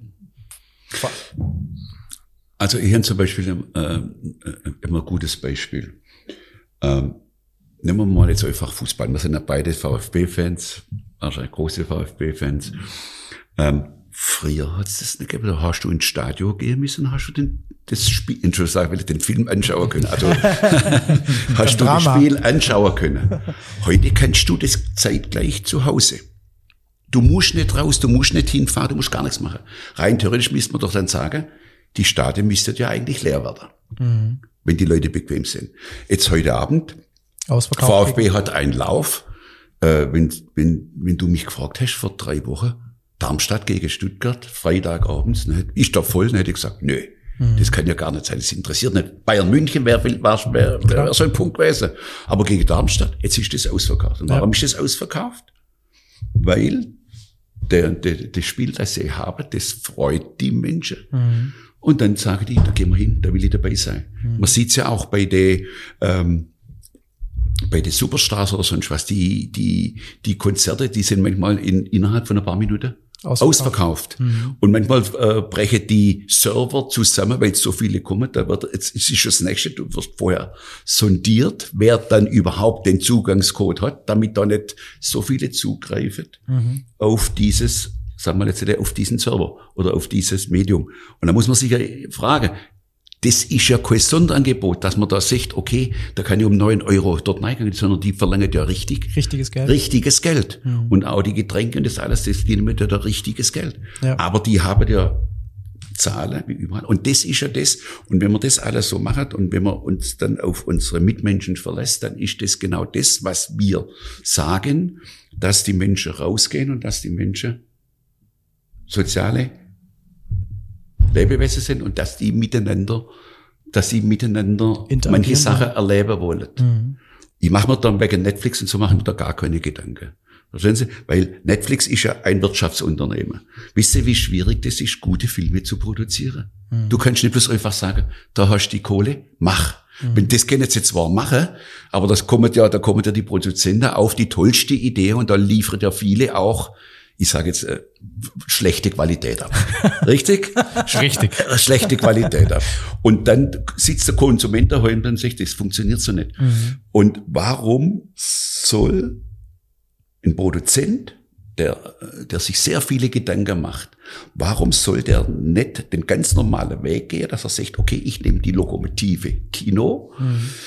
Also ich habe zum Beispiel immer ein gutes Beispiel. Nehmen wir mal jetzt einfach Fußball. Wir sind ja beide VfB-Fans, wahrscheinlich große VfB-Fans. Früher hat es das nicht gegeben. Da hast du ins Stadion gehen müssen, hast du das Spiel, Entschuldigung, will ich den Film anschauen können. Also hast du das Spiel anschauen können. Heute kannst du das zeitgleich zu Hause. Du musst nicht raus, du musst nicht hinfahren, du musst gar nichts machen. Rein theoretisch müsste man doch dann sagen, die Stadien müssten ja eigentlich leer werden, wenn die Leute bequem sind. Jetzt heute Abend, VfB hat einen Lauf. Wenn du mich gefragt hast vor 3 Wochen, Darmstadt gegen Stuttgart, Freitagabends, ne, ist da voll, dann hätte ich gesagt, nö, das kann ja gar nicht sein, das interessiert nicht. Bayern München wäre so ein Punkt gewesen. Aber gegen Darmstadt, jetzt ist das ausverkauft. Und warum ist das ausverkauft? Weil das Spiel, das sie haben, das freut die Menschen. Und dann sagen die, da gehen wir hin, da will ich dabei sein. Man sieht's ja auch bei den Superstars oder sonst was, die Konzerte, die sind manchmal innerhalb von ein paar Minuten ausverkauft. Und manchmal brechen die Server zusammen, weil so viele kommen. Jetzt ist das Nächste, du wirst vorher sondiert, wer dann überhaupt den Zugangscode hat, damit da nicht so viele zugreifen auf dieses, sagen wir jetzt auf diesen Server oder auf dieses Medium. Und da muss man sich ja fragen, das ist ja kein Sonderangebot, dass man da sagt, okay, da kann ich um 9 € dort reingehen, sondern die verlangen ja richtiges Geld. Und auch die Getränke und das alles, das dienen mit ja da richtiges Geld. Ja. Aber die haben ja Zahlen wie überall. Und das ist ja das. Und wenn man das alles so macht und wenn man uns dann auf unsere Mitmenschen verlässt, dann ist das genau das, was wir sagen, dass die Menschen rausgehen und dass die Menschen soziale Lebewesen sind und dass sie miteinander manche Sachen erleben wollen. Ich mache mir dann wegen Netflix und so machen wir da gar keine Gedanken. Verstehen Sie? Weil Netflix ist ja ein Wirtschaftsunternehmen. Wisst ihr, wie schwierig das ist, gute Filme zu produzieren? Du kannst nicht bloß einfach sagen, da hast du die Kohle, mach. Wenn das können sie zwar machen, aber da kommen ja die Produzenten auf die tollste Idee und da liefern ja viele auch, ich sage jetzt, schlechte Qualität ab. Richtig? Richtig. Schlechte Qualität ab. Und dann sitzt der Konsument daheim und dann sagt, das funktioniert so nicht. Und warum soll ein Produzent, der sich sehr viele Gedanken macht, warum soll der nicht den ganz normalen Weg gehen, dass er sagt, okay, ich nehme die Lokomotive Kino,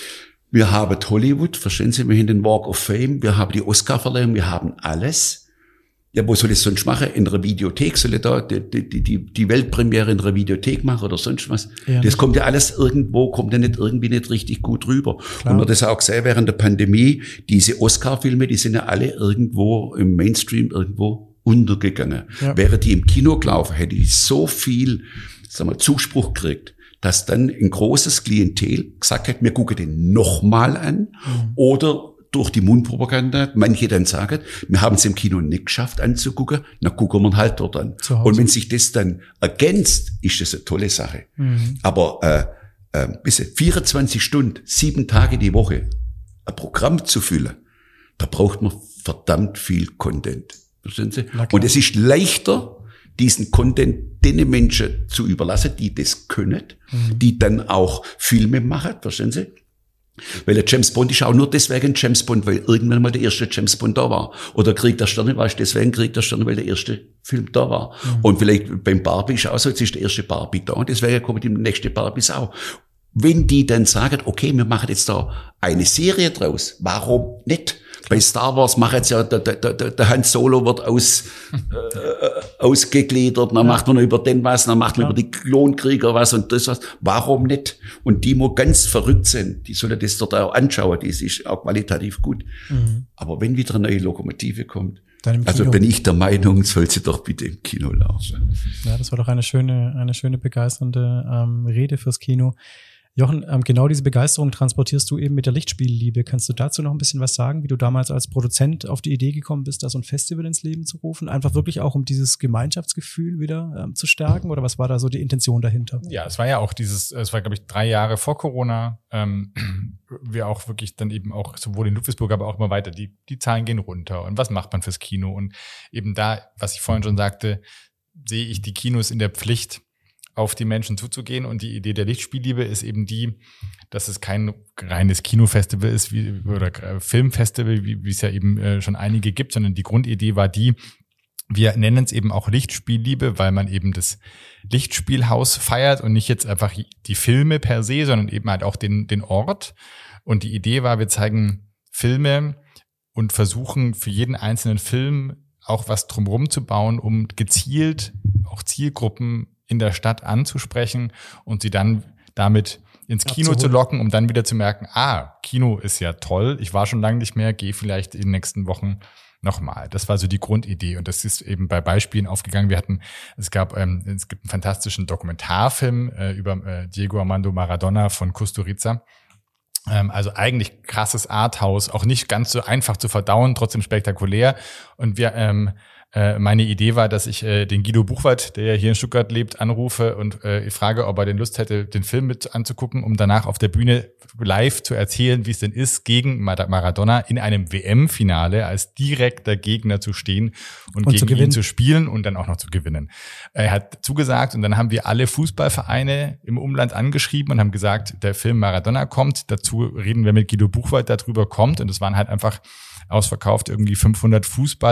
Wir haben Hollywood, verstehen Sie, wir haben den Walk of Fame, wir haben die Oscar-Verleihung, wir haben alles. Ja, wo soll ich sonst machen? In einer Videothek? Soll ich da die Weltpremiere in einer Videothek machen oder sonst was? Ja, das kommt ja alles irgendwo, kommt ja nicht irgendwie nicht richtig gut rüber. Klar. Und man das auch gesehen während der Pandemie, diese Oscar-Filme, die sind ja alle irgendwo im Mainstream irgendwo untergegangen. Ja. Wäre die im Kino gelaufen, hätte ich so viel, sagen wir, Zuspruch gekriegt, dass dann ein großes Klientel gesagt hat, wir gucken den nochmal an, oder durch die Mundpropaganda, manche dann sagen, wir haben es im Kino nicht geschafft anzugucken, dann gucken wir halt dort an. Und wenn sich das dann ergänzt, ist das eine tolle Sache. Aber 24 Stunden, 7 Tage die Woche ein Programm zu füllen, da braucht man verdammt viel Content. Verstehen Sie? Und es ist leichter, diesen Content den Menschen zu überlassen, die das können, die dann auch Filme machen, verstehen Sie? Weil der James Bond ist auch nur deswegen James Bond, weil irgendwann mal der erste James Bond da war. Oder Krieg der Sterne war deswegen Krieg der Sterne, weil der erste Film da war. Und vielleicht beim Barbie ist auch so, jetzt ist der erste Barbie da und deswegen kommt die nächste Barbie auch. Wenn die dann sagen, okay, wir machen jetzt da eine Serie draus, warum nicht? Bei Star Wars macht jetzt ja, der Han Solo wird ausgegliedert, dann macht man über den was, dann macht man über die Klonkrieger was und das was. Warum nicht? Und die, wo ganz verrückt sind, die sollen das dort auch anschauen, das ist auch qualitativ gut. Aber wenn wieder eine neue Lokomotive kommt, also bin ich der Meinung, soll sie doch bitte im Kino laufen. Ja, das war doch eine schöne begeisternde Rede fürs Kino. Jochen, genau diese Begeisterung transportierst du eben mit der Lichtspielliebe. Kannst du dazu noch ein bisschen was sagen, wie du damals als Produzent auf die Idee gekommen bist, da so ein Festival ins Leben zu rufen? Einfach wirklich auch, um dieses Gemeinschaftsgefühl wieder zu stärken? Oder was war da so die Intention dahinter? Ja, es war ja auch es war, glaube ich, 3 Jahre vor Corona. Wir auch wirklich dann eben auch sowohl in Ludwigsburg, aber auch immer weiter, die Zahlen gehen runter. Und was macht man fürs Kino? Und eben da, was ich vorhin schon sagte, sehe ich die Kinos in der Pflicht, auf die Menschen zuzugehen. Und die Idee der Lichtspielliebe ist eben die, dass es kein reines Kinofestival ist oder Filmfestival, wie es ja eben schon einige gibt, sondern die Grundidee war die, wir nennen es eben auch Lichtspielliebe, weil man eben das Lichtspielhaus feiert und nicht jetzt einfach die Filme per se, sondern eben halt auch den Ort. Und die Idee war, wir zeigen Filme und versuchen für jeden einzelnen Film auch was drumherum zu bauen, um gezielt auch Zielgruppen in der Stadt anzusprechen und sie dann damit ins Kino zu locken, um dann wieder zu merken, Kino ist ja toll, ich war schon lange nicht mehr, gehe vielleicht in den nächsten Wochen nochmal. Das war so die Grundidee und das ist eben bei Beispielen aufgegangen. Es gibt einen fantastischen Dokumentarfilm über Diego Armando Maradona von Kusturica. Also eigentlich krasses Arthouse, auch nicht ganz so einfach zu verdauen, trotzdem spektakulär. Und meine Idee war, dass ich den Guido Buchwald, der ja hier in Stuttgart lebt, anrufe und frage, ob er den Lust hätte, den Film mit anzugucken, um danach auf der Bühne live zu erzählen, wie es denn ist, gegen Maradona in einem WM-Finale als direkter Gegner zu stehen und gegen ihn zu spielen und dann auch noch zu gewinnen. Er hat zugesagt und dann haben wir alle Fußballvereine im Umland angeschrieben und haben gesagt, der Film Maradona kommt, dazu reden wir mit Guido Buchwald, darüber kommt, und es waren halt einfach ausverkauft irgendwie 500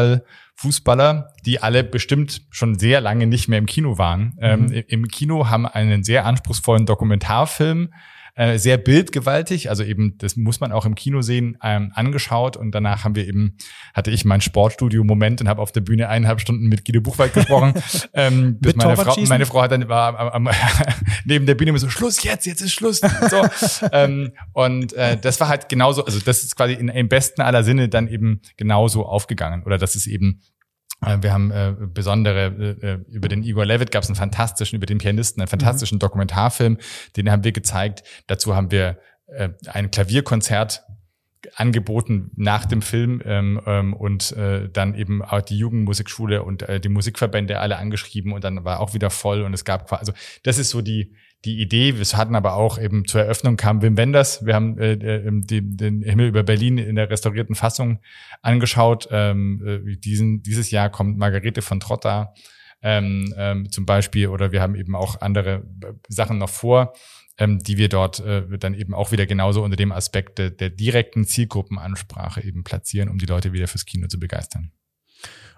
Fußballer, die alle bestimmt schon sehr lange nicht mehr im Kino waren. Im Kino haben einen sehr anspruchsvollen Dokumentarfilm, sehr bildgewaltig, also eben, das muss man auch im Kino sehen, angeschaut, und danach hatte ich meinen Sportstudio-Moment und habe auf der Bühne 1,5 Stunden mit Guido Buchwald gesprochen. Bis meine Frau hat dann neben der Bühne immer so, Schluss jetzt ist Schluss. So. Das war halt genauso, also das ist quasi im besten aller Sinne dann eben genauso aufgegangen. Oder das ist eben, wir haben über den Igor Levit gab es über den Pianisten, einen fantastischen Dokumentarfilm, den haben wir gezeigt. Dazu haben wir ein Klavierkonzert angeboten nach dem Film und dann eben auch die Jugendmusikschule und die Musikverbände alle angeschrieben, und dann war auch wieder voll, und es gab quasi, also das ist so die Idee. Wir hatten aber auch eben zur Eröffnung kam Wim Wenders. Wir haben den Himmel über Berlin in der restaurierten Fassung angeschaut. Dieses Jahr kommt Margarete von Trotta zum Beispiel, oder wir haben eben auch andere Sachen noch vor, die wir dort dann eben auch wieder genauso unter dem Aspekt der direkten Zielgruppenansprache eben platzieren, um die Leute wieder fürs Kino zu begeistern.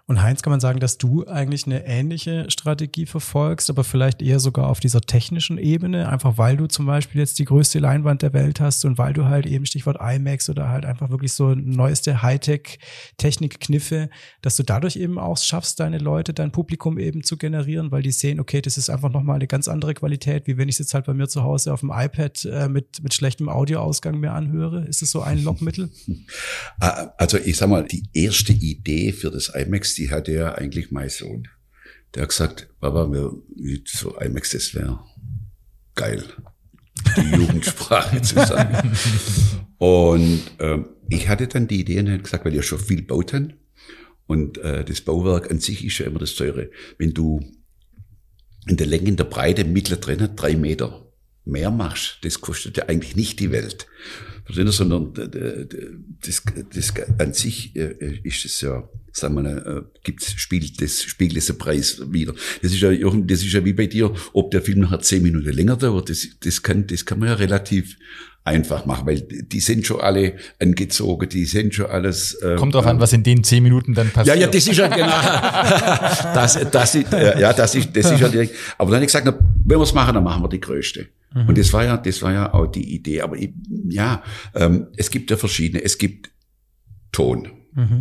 Und Heinz, kann man sagen, dass du eigentlich eine ähnliche Strategie verfolgst, aber vielleicht eher sogar auf dieser technischen Ebene, einfach weil du zum Beispiel jetzt die größte Leinwand der Welt hast und weil du halt eben Stichwort IMAX oder halt einfach wirklich so neueste Hightech-Technik-Kniffe, dass du dadurch eben auch schaffst, deine Leute, dein Publikum eben zu generieren, weil die sehen, okay, das ist einfach nochmal eine ganz andere Qualität, wie wenn ich es jetzt halt bei mir zu Hause auf dem iPad mit schlechtem Audioausgang mir anhöre. Ist das so ein Lockmittel? Also ich sag mal, die erste Idee für das IMAX, die hatte ja eigentlich mein Sohn. Der hat gesagt, Papa, so IMAX, das wäre geil, die Jugendsprache zu sagen. Und ich hatte dann die Idee und habe gesagt, weil ihr schon viel baut habt und das Bauwerk an sich ist ja immer das Teure. Wenn du in der Länge, in der Breite, mittendrin 3 Meter mehr machst, das kostet ja eigentlich nicht die Welt. Sondern das an sich ist es ja, sagen wir mal, spiegelt es den Preis wieder. Das ist ja wie bei dir, ob der Film nachher 10 Minuten länger dauert, das kann man ja relativ einfach machen, weil die sind schon alle angezogen, die sind schon alles. Kommt drauf an, was in den 10 Minuten dann passiert. Ja, das ist ja genau. das ist ja direkt. Aber dann habe ich gesagt, wenn wir es machen, dann machen wir die größte. Und das war ja auch die Idee. Aber es gibt ja verschiedene. Es gibt Ton.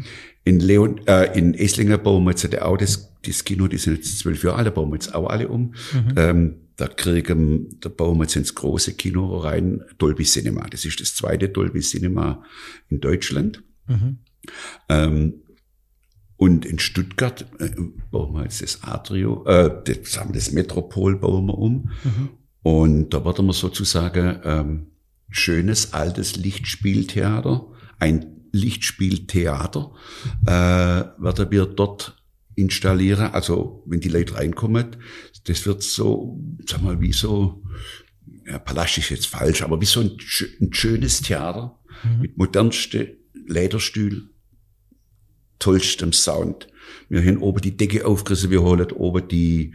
In Esslingen bauen wir jetzt auch das Kino, die sind jetzt 12 Jahre alt, da bauen wir jetzt auch alle um. Da bauen wir jetzt ins große Kino rein, Dolby Cinema. Das ist das zweite Dolby Cinema in Deutschland. Und in Stuttgart bauen wir jetzt das Atrio, das Metropol bauen wir um. Und da werden wir sozusagen schönes altes Lichtspieltheater, ein Lichtspieltheater, werden wir dort installieren. Also wenn die Leute reinkommen, das wird so, sag mal, wie so, ja, Palast ist jetzt falsch, aber wie so ein schönes Theater mit modernsten Lederstühlen, tollstem Sound. Wir haben oben die Decke aufgerissen, wir holen oben die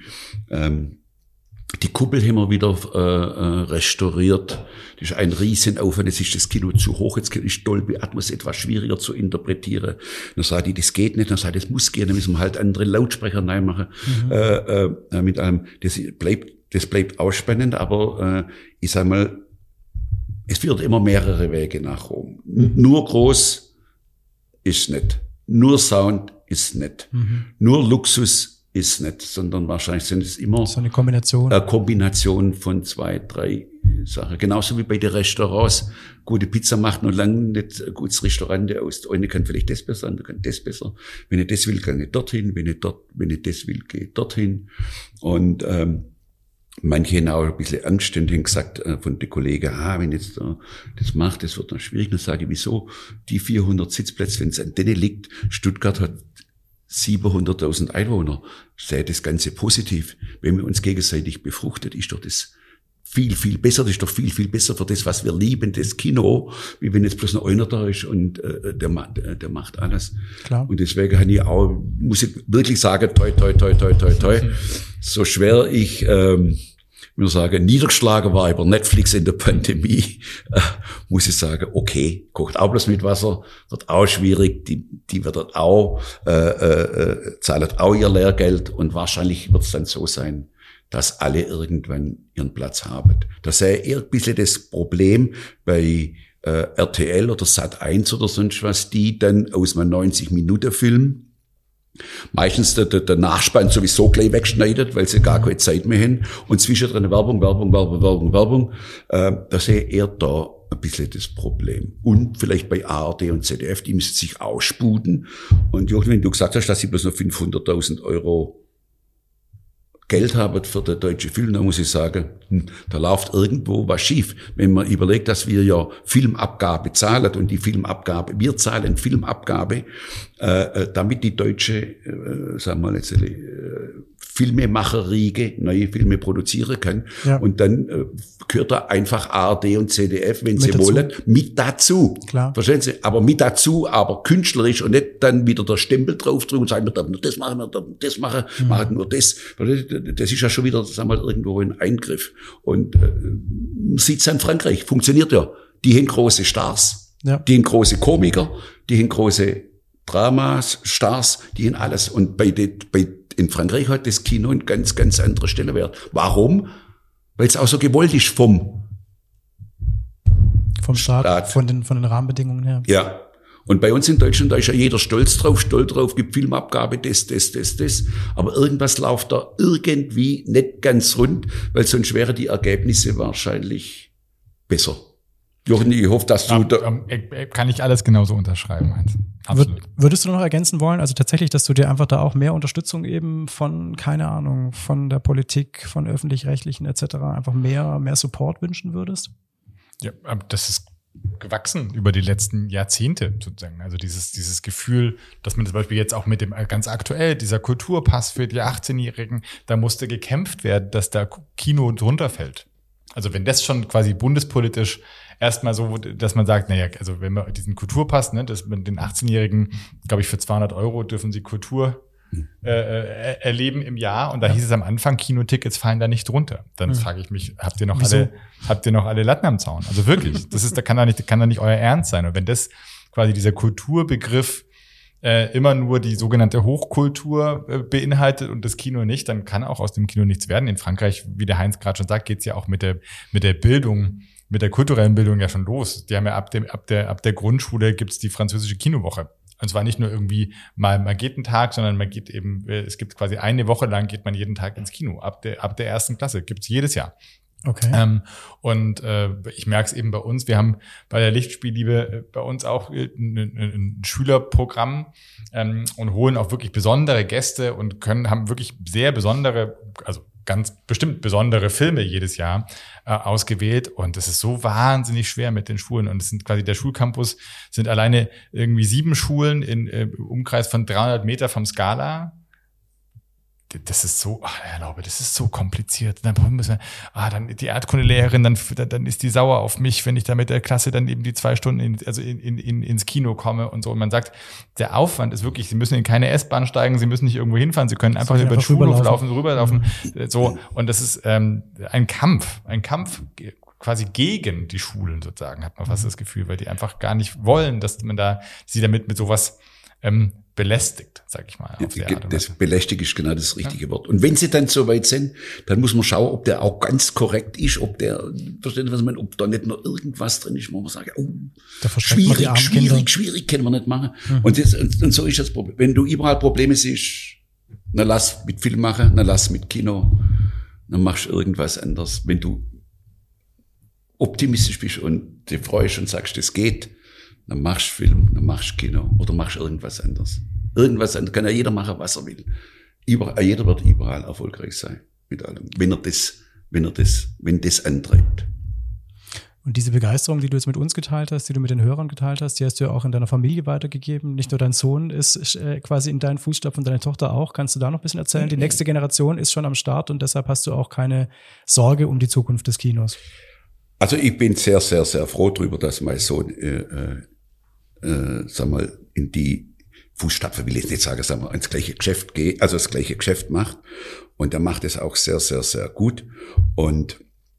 Kuppel haben wir wieder restauriert. Das ist ein Riesenaufwand. Jetzt ist das Kino zu hoch. Jetzt ist Dolby Atmos etwas schwieriger zu interpretieren. Dann sagt die, das geht nicht. Dann sagt, das muss gehen. Dann müssen wir halt andere Lautsprecher reinmachen. Mit allem. Das bleibt auch spannend. Aber ich sag mal, es führt immer mehrere Wege nach Rom. Nur groß ist nicht. Nur Sound ist nicht. Nur Luxus ist nicht, sondern wahrscheinlich sind es immer so eine Kombination. Kombination von 2, 3 Sachen. Genauso wie bei den Restaurants. Gute Pizza macht noch lange nicht ein gutes Restaurant aus. Der eine kann vielleicht das besser, der andere kann das besser. Wenn ich das will, kann ich dorthin. Wenn ich das will, gehe ich dorthin. Und manche haben auch ein bisschen Angst und haben gesagt von den Kollegen, wenn ich jetzt das mache, das wird dann schwierig. Dann sage ich, wieso? Die 400 Sitzplätze, wenn es an denen liegt, Stuttgart hat 700.000 Einwohner, sehe das Ganze positiv. Wenn wir uns gegenseitig befruchtet, ist doch das viel, viel besser. Das ist doch viel, viel besser für das, was wir lieben, das Kino, wie wenn jetzt bloß noch einer da ist und der macht alles. Klar. Und deswegen habe ich auch, muss ich wirklich sagen, toi. So schwer ich muss sagen, niedergeschlagen war über Netflix in der Pandemie, muss ich sagen, okay, kocht auch bloß mit Wasser, wird auch schwierig, die wird auch, zahlen auch ihr Lehrgeld und wahrscheinlich wird es dann so sein, dass alle irgendwann ihren Platz haben. Das sei eher ein bisschen das Problem bei RTL oder Sat1 oder sonst was, die dann aus einem 90-Minuten-Film meistens der Nachspann sowieso gleich wegschneidet, weil sie gar keine Zeit mehr haben. Und zwischendrin Werbung. Da sehe ich eher da ein bisschen das Problem. Und vielleicht bei ARD und ZDF, die müssen sich aussputen. Und Jochen, wenn du gesagt hast, dass sie bloß noch 500.000 Euro Geld haben für den deutschen Film, dann muss ich sagen, da läuft irgendwo was schief. Wenn man überlegt, dass wir ja Filmabgabe zahlen und wir zahlen Filmabgabe, damit die deutsche, sagen wir mal jetzt, Filmemacherriege neue Filme produzieren kann. Ja. Und dann gehört da einfach ARD und ZDF, wenn sie wollen, mit dazu. Klar. Verstehen Sie? Aber mit dazu, aber künstlerisch und nicht dann wieder der Stempel draufdrücken und sagen, wir dürfen nur das machen, machen nur das. Das ist ja schon wieder, sagen wir mal, irgendwo ein Eingriff. Und man sieht es in Frankreich, funktioniert ja. Die haben große Stars, die haben große Komiker, die haben große Dramas, Stars, die in alles. Und in Frankreich hat das Kino einen ganz, ganz anderen Stellenwert. Warum? Weil es auch so gewollt ist vom Staat. Von den Rahmenbedingungen her. Ja. Und bei uns in Deutschland, da ist ja jeder stolz drauf, gibt Filmabgabe, das. Aber irgendwas läuft da irgendwie nicht ganz rund, weil sonst wären die Ergebnisse wahrscheinlich besser. Jochen, ich hoffe, dass du kann ich alles genauso unterschreiben, Heinz. Absolut. Würdest du noch ergänzen wollen, also tatsächlich, dass du dir einfach da auch mehr Unterstützung eben von, keine Ahnung, von der Politik, von Öffentlich-Rechtlichen etc. einfach mehr Support wünschen würdest? Ja, das ist gewachsen über die letzten Jahrzehnte sozusagen. Also dieses Gefühl, dass man zum Beispiel jetzt auch mit dem ganz aktuell, dieser Kulturpass für die 18-Jährigen, da musste gekämpft werden, dass da Kino drunter fällt. Also wenn das schon quasi bundespolitisch erstmal so, dass man sagt, naja, also wenn wir diesen Kulturpass, ne, dass man den 18-Jährigen, glaube ich, für 200 € dürfen sie Kultur erleben im Jahr. Und da hieß es am Anfang, Kinotickets fallen da nicht drunter. Dann frage ich mich, habt ihr noch alle Latten am Zaun? Also wirklich, kann da nicht euer Ernst sein. Und wenn das quasi dieser Kulturbegriff immer nur die sogenannte Hochkultur beinhaltet und das Kino nicht, dann kann auch aus dem Kino nichts werden. In Frankreich, wie der Heinz gerade schon sagt, geht's ja auch mit der Bildung, mit der kulturellen Bildung ja schon los. Die haben ja ab der Grundschule gibt's die französische Kinowoche. Und zwar nicht nur irgendwie man geht einen Tag, sondern man geht eben, es gibt quasi eine Woche lang geht man jeden Tag ins Kino. Ab der ersten Klasse gibt's jedes Jahr. Okay. Ich merke es eben bei uns. Wir haben bei der Lichtspielliebe bei uns auch ein Schülerprogramm und holen auch wirklich besondere Gäste und haben wirklich sehr besondere, also ganz bestimmt besondere Filme jedes Jahr ausgewählt. Und es ist so wahnsinnig schwer mit den Schulen. Und es sind quasi der Schulcampus sind alleine irgendwie 7 Schulen in Umkreis von 300 Meter vom Scala. Das ist so, das ist so kompliziert. Dann müssen wir, dann die Erdkundelehrerin, dann ist die sauer auf mich, wenn ich da mit der Klasse dann eben die 2 Stunden ins Kino komme und so. Und man sagt, der Aufwand ist wirklich, Sie müssen in keine S-Bahn steigen, Sie müssen nicht irgendwo hinfahren, Sie können einfach über den Schulhof rüberlaufen. So. Und das ist ein Kampf quasi gegen die Schulen sozusagen, hat man fast das Gefühl, weil die einfach gar nicht wollen, dass man da sie damit mit sowas belästigt, sag ich mal. Das belästigt ist genau das richtige Wort. Und wenn sie dann so weit sind, dann muss man schauen, ob der auch ganz korrekt ist, ob da nicht noch irgendwas drin ist, wo man sagt, schwierig, können wir nicht machen. Und so ist das Problem. Wenn du überall Probleme siehst, dann lass mit Film machen, dann lass mit Kino, dann machst du irgendwas anderes. Wenn du optimistisch bist und dich freust und sagst, das geht, dann machst du Film, dann machst du Kino oder machst irgendwas anderes. Irgendwas anderes kann ja jeder machen, was er will. Jeder wird überall erfolgreich sein mit allem, wenn das antreibt. Und diese Begeisterung, die du jetzt mit uns geteilt hast, die du mit den Hörern geteilt hast, die hast du ja auch in deiner Familie weitergegeben. Nicht nur dein Sohn ist quasi in deinen Fußstapfen, deine Tochter auch. Kannst du da noch ein bisschen erzählen? Die nächste Generation ist schon am Start und deshalb hast du auch keine Sorge um die Zukunft des Kinos. Also ich bin sehr, sehr, sehr froh darüber, dass mein Sohn in die Fußstapfen, will ich nicht sagen, ins gleiche Geschäft geht, also das gleiche Geschäft macht. Und er macht es auch sehr, sehr, sehr gut. Und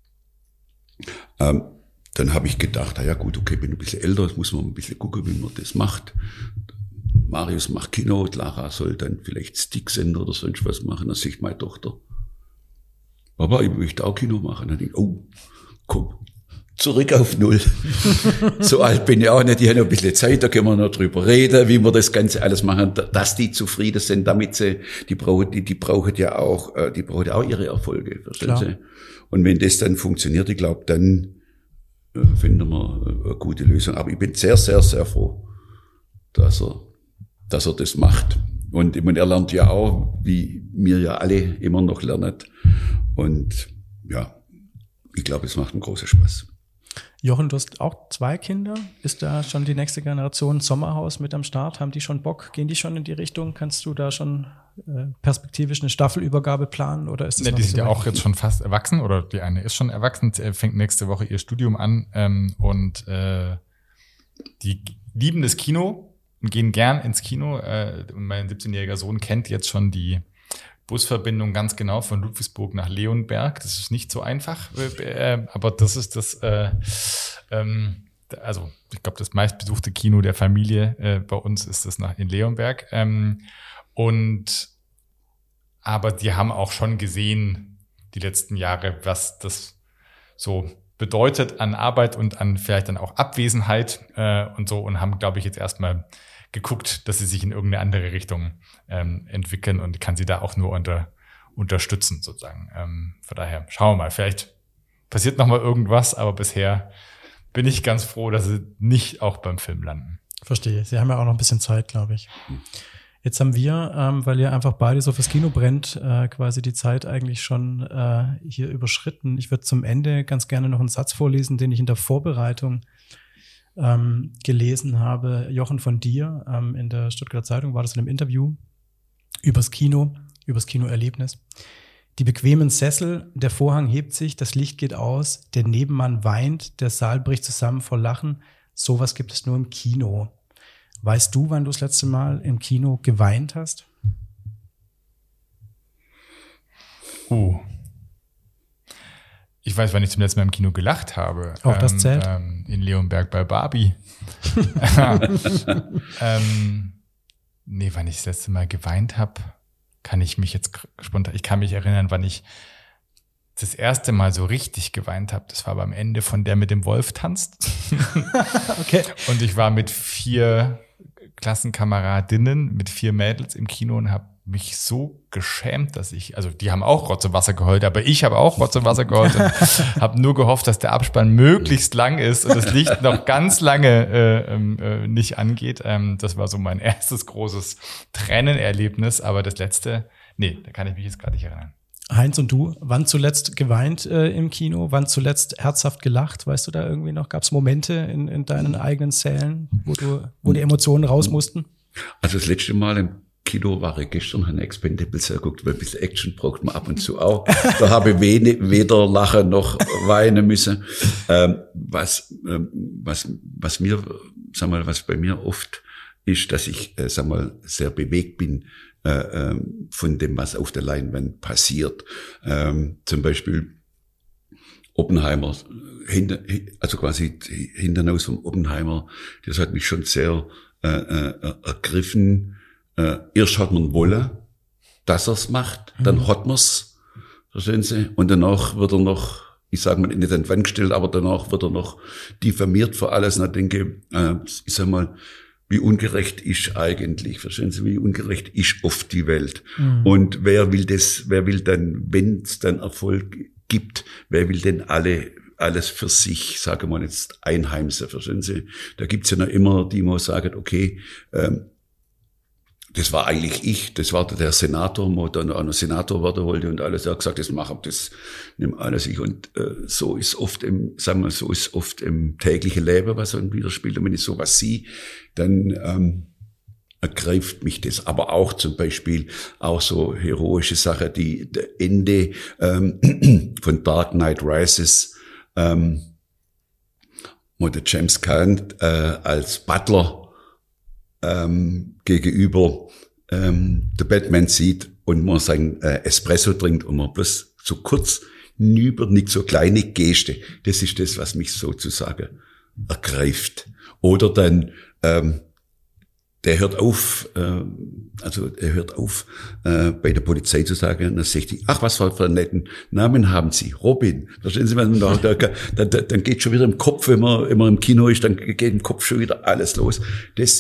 dann habe ich gedacht, ja gut, okay, bin ein bisschen älter, jetzt muss man ein bisschen gucken, wie man das macht. Marius macht Kino, Lara soll dann vielleicht Sticksender oder sonst was machen. Dann sagt meine Tochter, Papa, ich möchte auch Kino machen. Dann denke ich, oh, komm, zurück auf Null. So alt bin ich auch nicht, ich habe noch ein bisschen Zeit, da können wir noch drüber reden, wie wir das Ganze alles machen, dass die zufrieden sind, damit die brauchen ja auch ihre Erfolge, verstehen Sie? Und wenn das dann funktioniert, ich glaube, dann finden wir eine gute Lösung. Aber ich bin sehr, sehr, sehr froh, dass er das macht. Und ich meine, er lernt ja auch, wie wir ja alle immer noch lernen. Und ja, ich glaube, es macht einen großen Spaß. Jochen, du hast auch 2 Kinder. Ist da schon die nächste Generation Sommerhaus mit am Start? Haben die schon Bock? Gehen die schon in die Richtung? Kannst du da schon perspektivisch eine Staffelübergabe planen? Oder ist das die sind ja auch jetzt schon fast erwachsen oder die eine ist schon erwachsen, fängt nächste Woche ihr Studium an und die lieben das Kino und gehen gern ins Kino. Und mein 17-jähriger Sohn kennt jetzt schon die Busverbindung ganz genau von Ludwigsburg nach Leonberg. Das ist nicht so einfach, aber das ist das also ich glaube, das meistbesuchte Kino der Familie bei uns ist das in Leonberg. Aber die haben auch schon gesehen, die letzten Jahre, was das so bedeutet an Arbeit und an vielleicht dann auch Abwesenheit und so, und haben, glaube ich, jetzt erstmal geguckt, dass sie sich in irgendeine andere Richtung entwickeln, und kann sie da auch nur unterstützen sozusagen. Von daher schauen wir mal, vielleicht passiert noch mal irgendwas, aber bisher bin ich ganz froh, dass sie nicht auch beim Film landen. Verstehe. Sie haben ja auch noch ein bisschen Zeit, glaube ich. Jetzt haben wir, weil ihr einfach beide so fürs Kino brennt, quasi die Zeit eigentlich schon hier überschritten. Ich würde zum Ende ganz gerne noch einen Satz vorlesen, den ich in der Vorbereitung gelesen habe. Jochen, von dir in der Stuttgarter Zeitung war das in einem Interview übers Kinoerlebnis. Die bequemen Sessel, der Vorhang hebt sich, das Licht geht aus, der Nebenmann weint, der Saal bricht zusammen vor Lachen. Sowas gibt es nur im Kino. Weißt du, wann du das letzte Mal im Kino geweint hast? Ich weiß, wann ich zum letzten Mal im Kino gelacht habe. Auch das zählt? In Leonberg bei Barbie. Wann ich das letzte Mal geweint habe, kann ich mich jetzt spontan, ich kann mich erinnern, wann ich das erste Mal so richtig geweint habe. Das war aber am Ende von Der mit dem Wolf tanzt. Okay. Und ich war mit 4 Klassenkameradinnen, mit 4 Mädels im Kino und habe mich so geschämt, dass die haben auch Rotz und Wasser geheult, aber ich habe auch Rotz und Wasser geheult und habe nur gehofft, dass der Abspann möglichst lang ist und das Licht noch ganz lange nicht angeht. Das war so mein erstes großes Tränenerlebnis, aber das letzte, da kann ich mich jetzt gerade nicht erinnern. Heinz und du, wann zuletzt geweint im Kino? Wann zuletzt herzhaft gelacht? Weißt du da irgendwie noch? Gab es Momente in deinen eigenen Sälen, wo die Emotionen raus mussten? Also das letzte Mal im Kino war ich gestern, habe Expendables geguckt, weil ein bisschen Action braucht man ab und zu auch. Da habe ich weder lachen noch weinen müssen. Was bei mir oft ist, dass ich, sehr bewegt bin von dem, was auf der Leinwand passiert. Zum Beispiel Oppenheimer, quasi Hinternhaus vom Oppenheimer, das hat mich schon sehr ergriffen. Erst hat man wollen, dass er's macht, dann hat man's, verstehen Sie? Und danach wird er noch, ich sage mal, nicht an die Wand gestellt, aber danach wird er noch diffamiert für alles. Und ich denke, wie ungerecht ist eigentlich, verstehen Sie, wie ungerecht ist oft die Welt. Und wer will dann, wenn es dann Erfolg gibt, wer will denn alles für sich, sagen wir jetzt, einheimsen, verstehen Sie? Da gibt's ja noch immer, die immer sagen, okay, das war eigentlich das war der Senator, wo dann auch noch Senator werden wollte und alles. Er hat gesagt, das nimm alles ich. Und so ist oft im täglichen Leben, was so ein widerspielt. Und wenn ich sowas sehe, dann ergreift mich das. Aber auch zum Beispiel auch so heroische Sachen, die der Ende von Dark Knight Rises, wo der James Caan als Butler gegenüber der Batman sieht und man sein Espresso trinkt und man bloß so kurz nicht so kleine Geste. Das ist das, was mich sozusagen ergreift. Oder dann er hört auf bei der Polizei zu sagen, und dann sagt die, ach, was für einen netten Namen haben Sie? Robin. Verstehen Sie, dann geht schon wieder im Kopf, wenn man immer im Kino ist, dann geht im Kopf schon wieder alles los. Das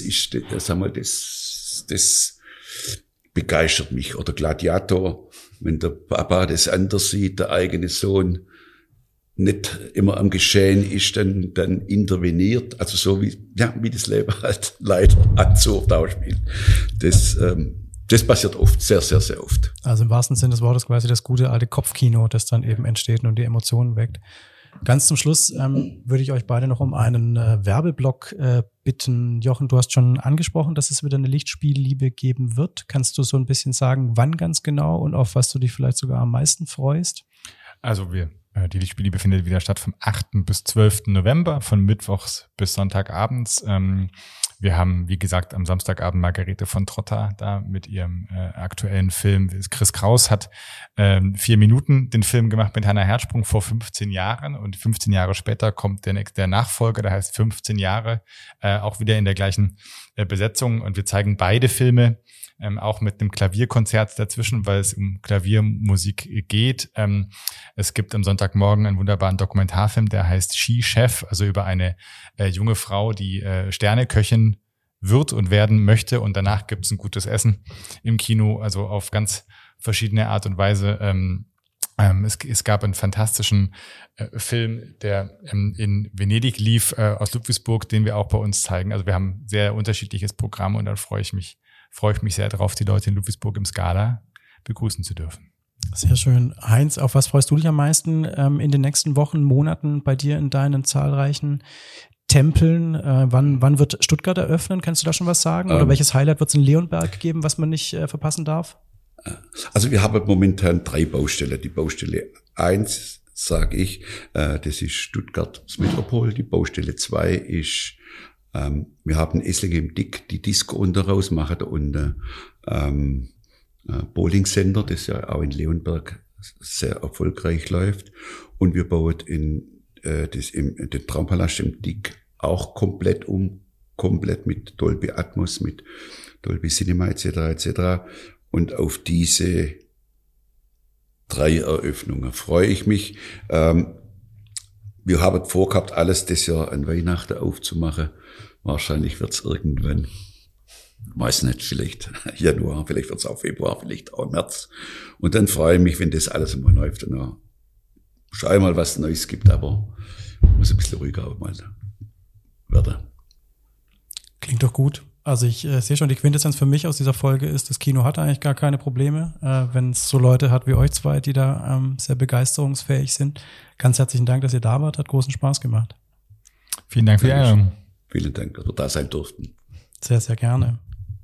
begeistert mich. Oder Gladiator, wenn der Papa das anders sieht, der eigene Sohn nicht immer am Geschehen ist, dann interveniert, also so wie das Leben halt leider so spielt. Das passiert oft, sehr, sehr, sehr oft. Also im wahrsten Sinne des Wortes quasi das gute alte Kopfkino, das dann eben entsteht und die Emotionen weckt. Ganz zum Schluss würde ich euch beide noch um einen Werbeblock bitten. Jochen, du hast schon angesprochen, dass es wieder eine Lichtspielliebe geben wird. Kannst du so ein bisschen sagen, wann ganz genau und auf was du dich vielleicht sogar am meisten freust? Also die Lichtspielliebe findet wieder statt vom 8. bis 12. November, von Mittwochs bis Sonntagabends. Wir haben, wie gesagt, am Samstagabend Margarete von Trotta da mit ihrem aktuellen Film. Chris Kraus hat 4 Minuten den Film gemacht mit Hannah Herzsprung vor 15 Jahren und 15 Jahre später kommt der Nachfolger, der heißt 15 Jahre, auch wieder in der gleichen Besetzung und wir zeigen beide Filme, auch mit einem Klavierkonzert dazwischen, weil es um Klaviermusik geht. Es gibt am Sonntagmorgen einen wunderbaren Dokumentarfilm, der heißt She Chef, also über eine junge Frau, die Sterneköchin wird und werden möchte und danach gibt es ein gutes Essen im Kino, also auf ganz verschiedene Art und Weise. Es gab einen fantastischen Film, der in Venedig lief, aus Ludwigsburg, den wir auch bei uns zeigen. Also wir haben sehr unterschiedliches Programm und dann freue ich mich sehr darauf, die Leute in Ludwigsburg im Scala begrüßen zu dürfen. Sehr schön. Heinz, auf was freust du dich am meisten in den nächsten Wochen, Monaten bei dir in deinen zahlreichen Tempeln? Wann wird Stuttgart eröffnen? Kannst du da schon was sagen? Oder welches Highlight wird es in Leonberg geben, was man nicht verpassen darf? Also wir haben momentan 3 Baustellen. Die Baustelle 1, sage ich, das ist Stuttgart, das Metropol. Die Baustelle 2 ist wir haben Esslingen im Dick die Disco unter raus machen und Bowling Center, das ja auch in Leonberg sehr erfolgreich läuft. Und wir bauen den Traumpalast im Dick auch komplett mit Dolby Atmos, mit Dolby Cinema etc. Und auf diese 3 Eröffnungen freue ich mich. Wir haben vorgehabt, alles das Jahr an Weihnachten aufzumachen. Wahrscheinlich wird es irgendwann, weiß nicht, vielleicht Januar, vielleicht wird es auch Februar, vielleicht auch März. Und dann freue ich mich, wenn das alles einmal läuft. Und dann schau mal, was Neues gibt, aber muss ein bisschen ruhiger auch mal werden. Klingt doch gut. Also ich sehe schon, die Quintessenz für mich aus dieser Folge ist, das Kino hat eigentlich gar keine Probleme, wenn es so Leute hat wie euch zwei, die da sehr begeisterungsfähig sind. Ganz herzlichen Dank, dass ihr da wart, hat großen Spaß gemacht. Vielen Dank für die Einladung. Vielen Dank, dass wir da sein durften. Sehr, sehr gerne.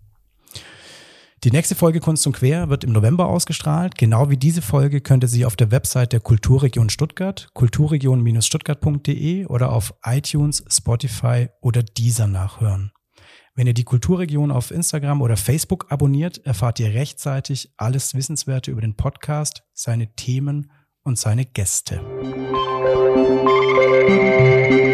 Die nächste Folge Kunst und Quer wird im November ausgestrahlt. Genau wie diese Folge könnt ihr sie auf der Website der Kulturregion Stuttgart, kulturregion-stuttgart.de oder auf iTunes, Spotify oder Deezer nachhören. Wenn ihr die Kulturregion auf Instagram oder Facebook abonniert, erfahrt ihr rechtzeitig alles Wissenswerte über den Podcast, seine Themen und seine Gäste.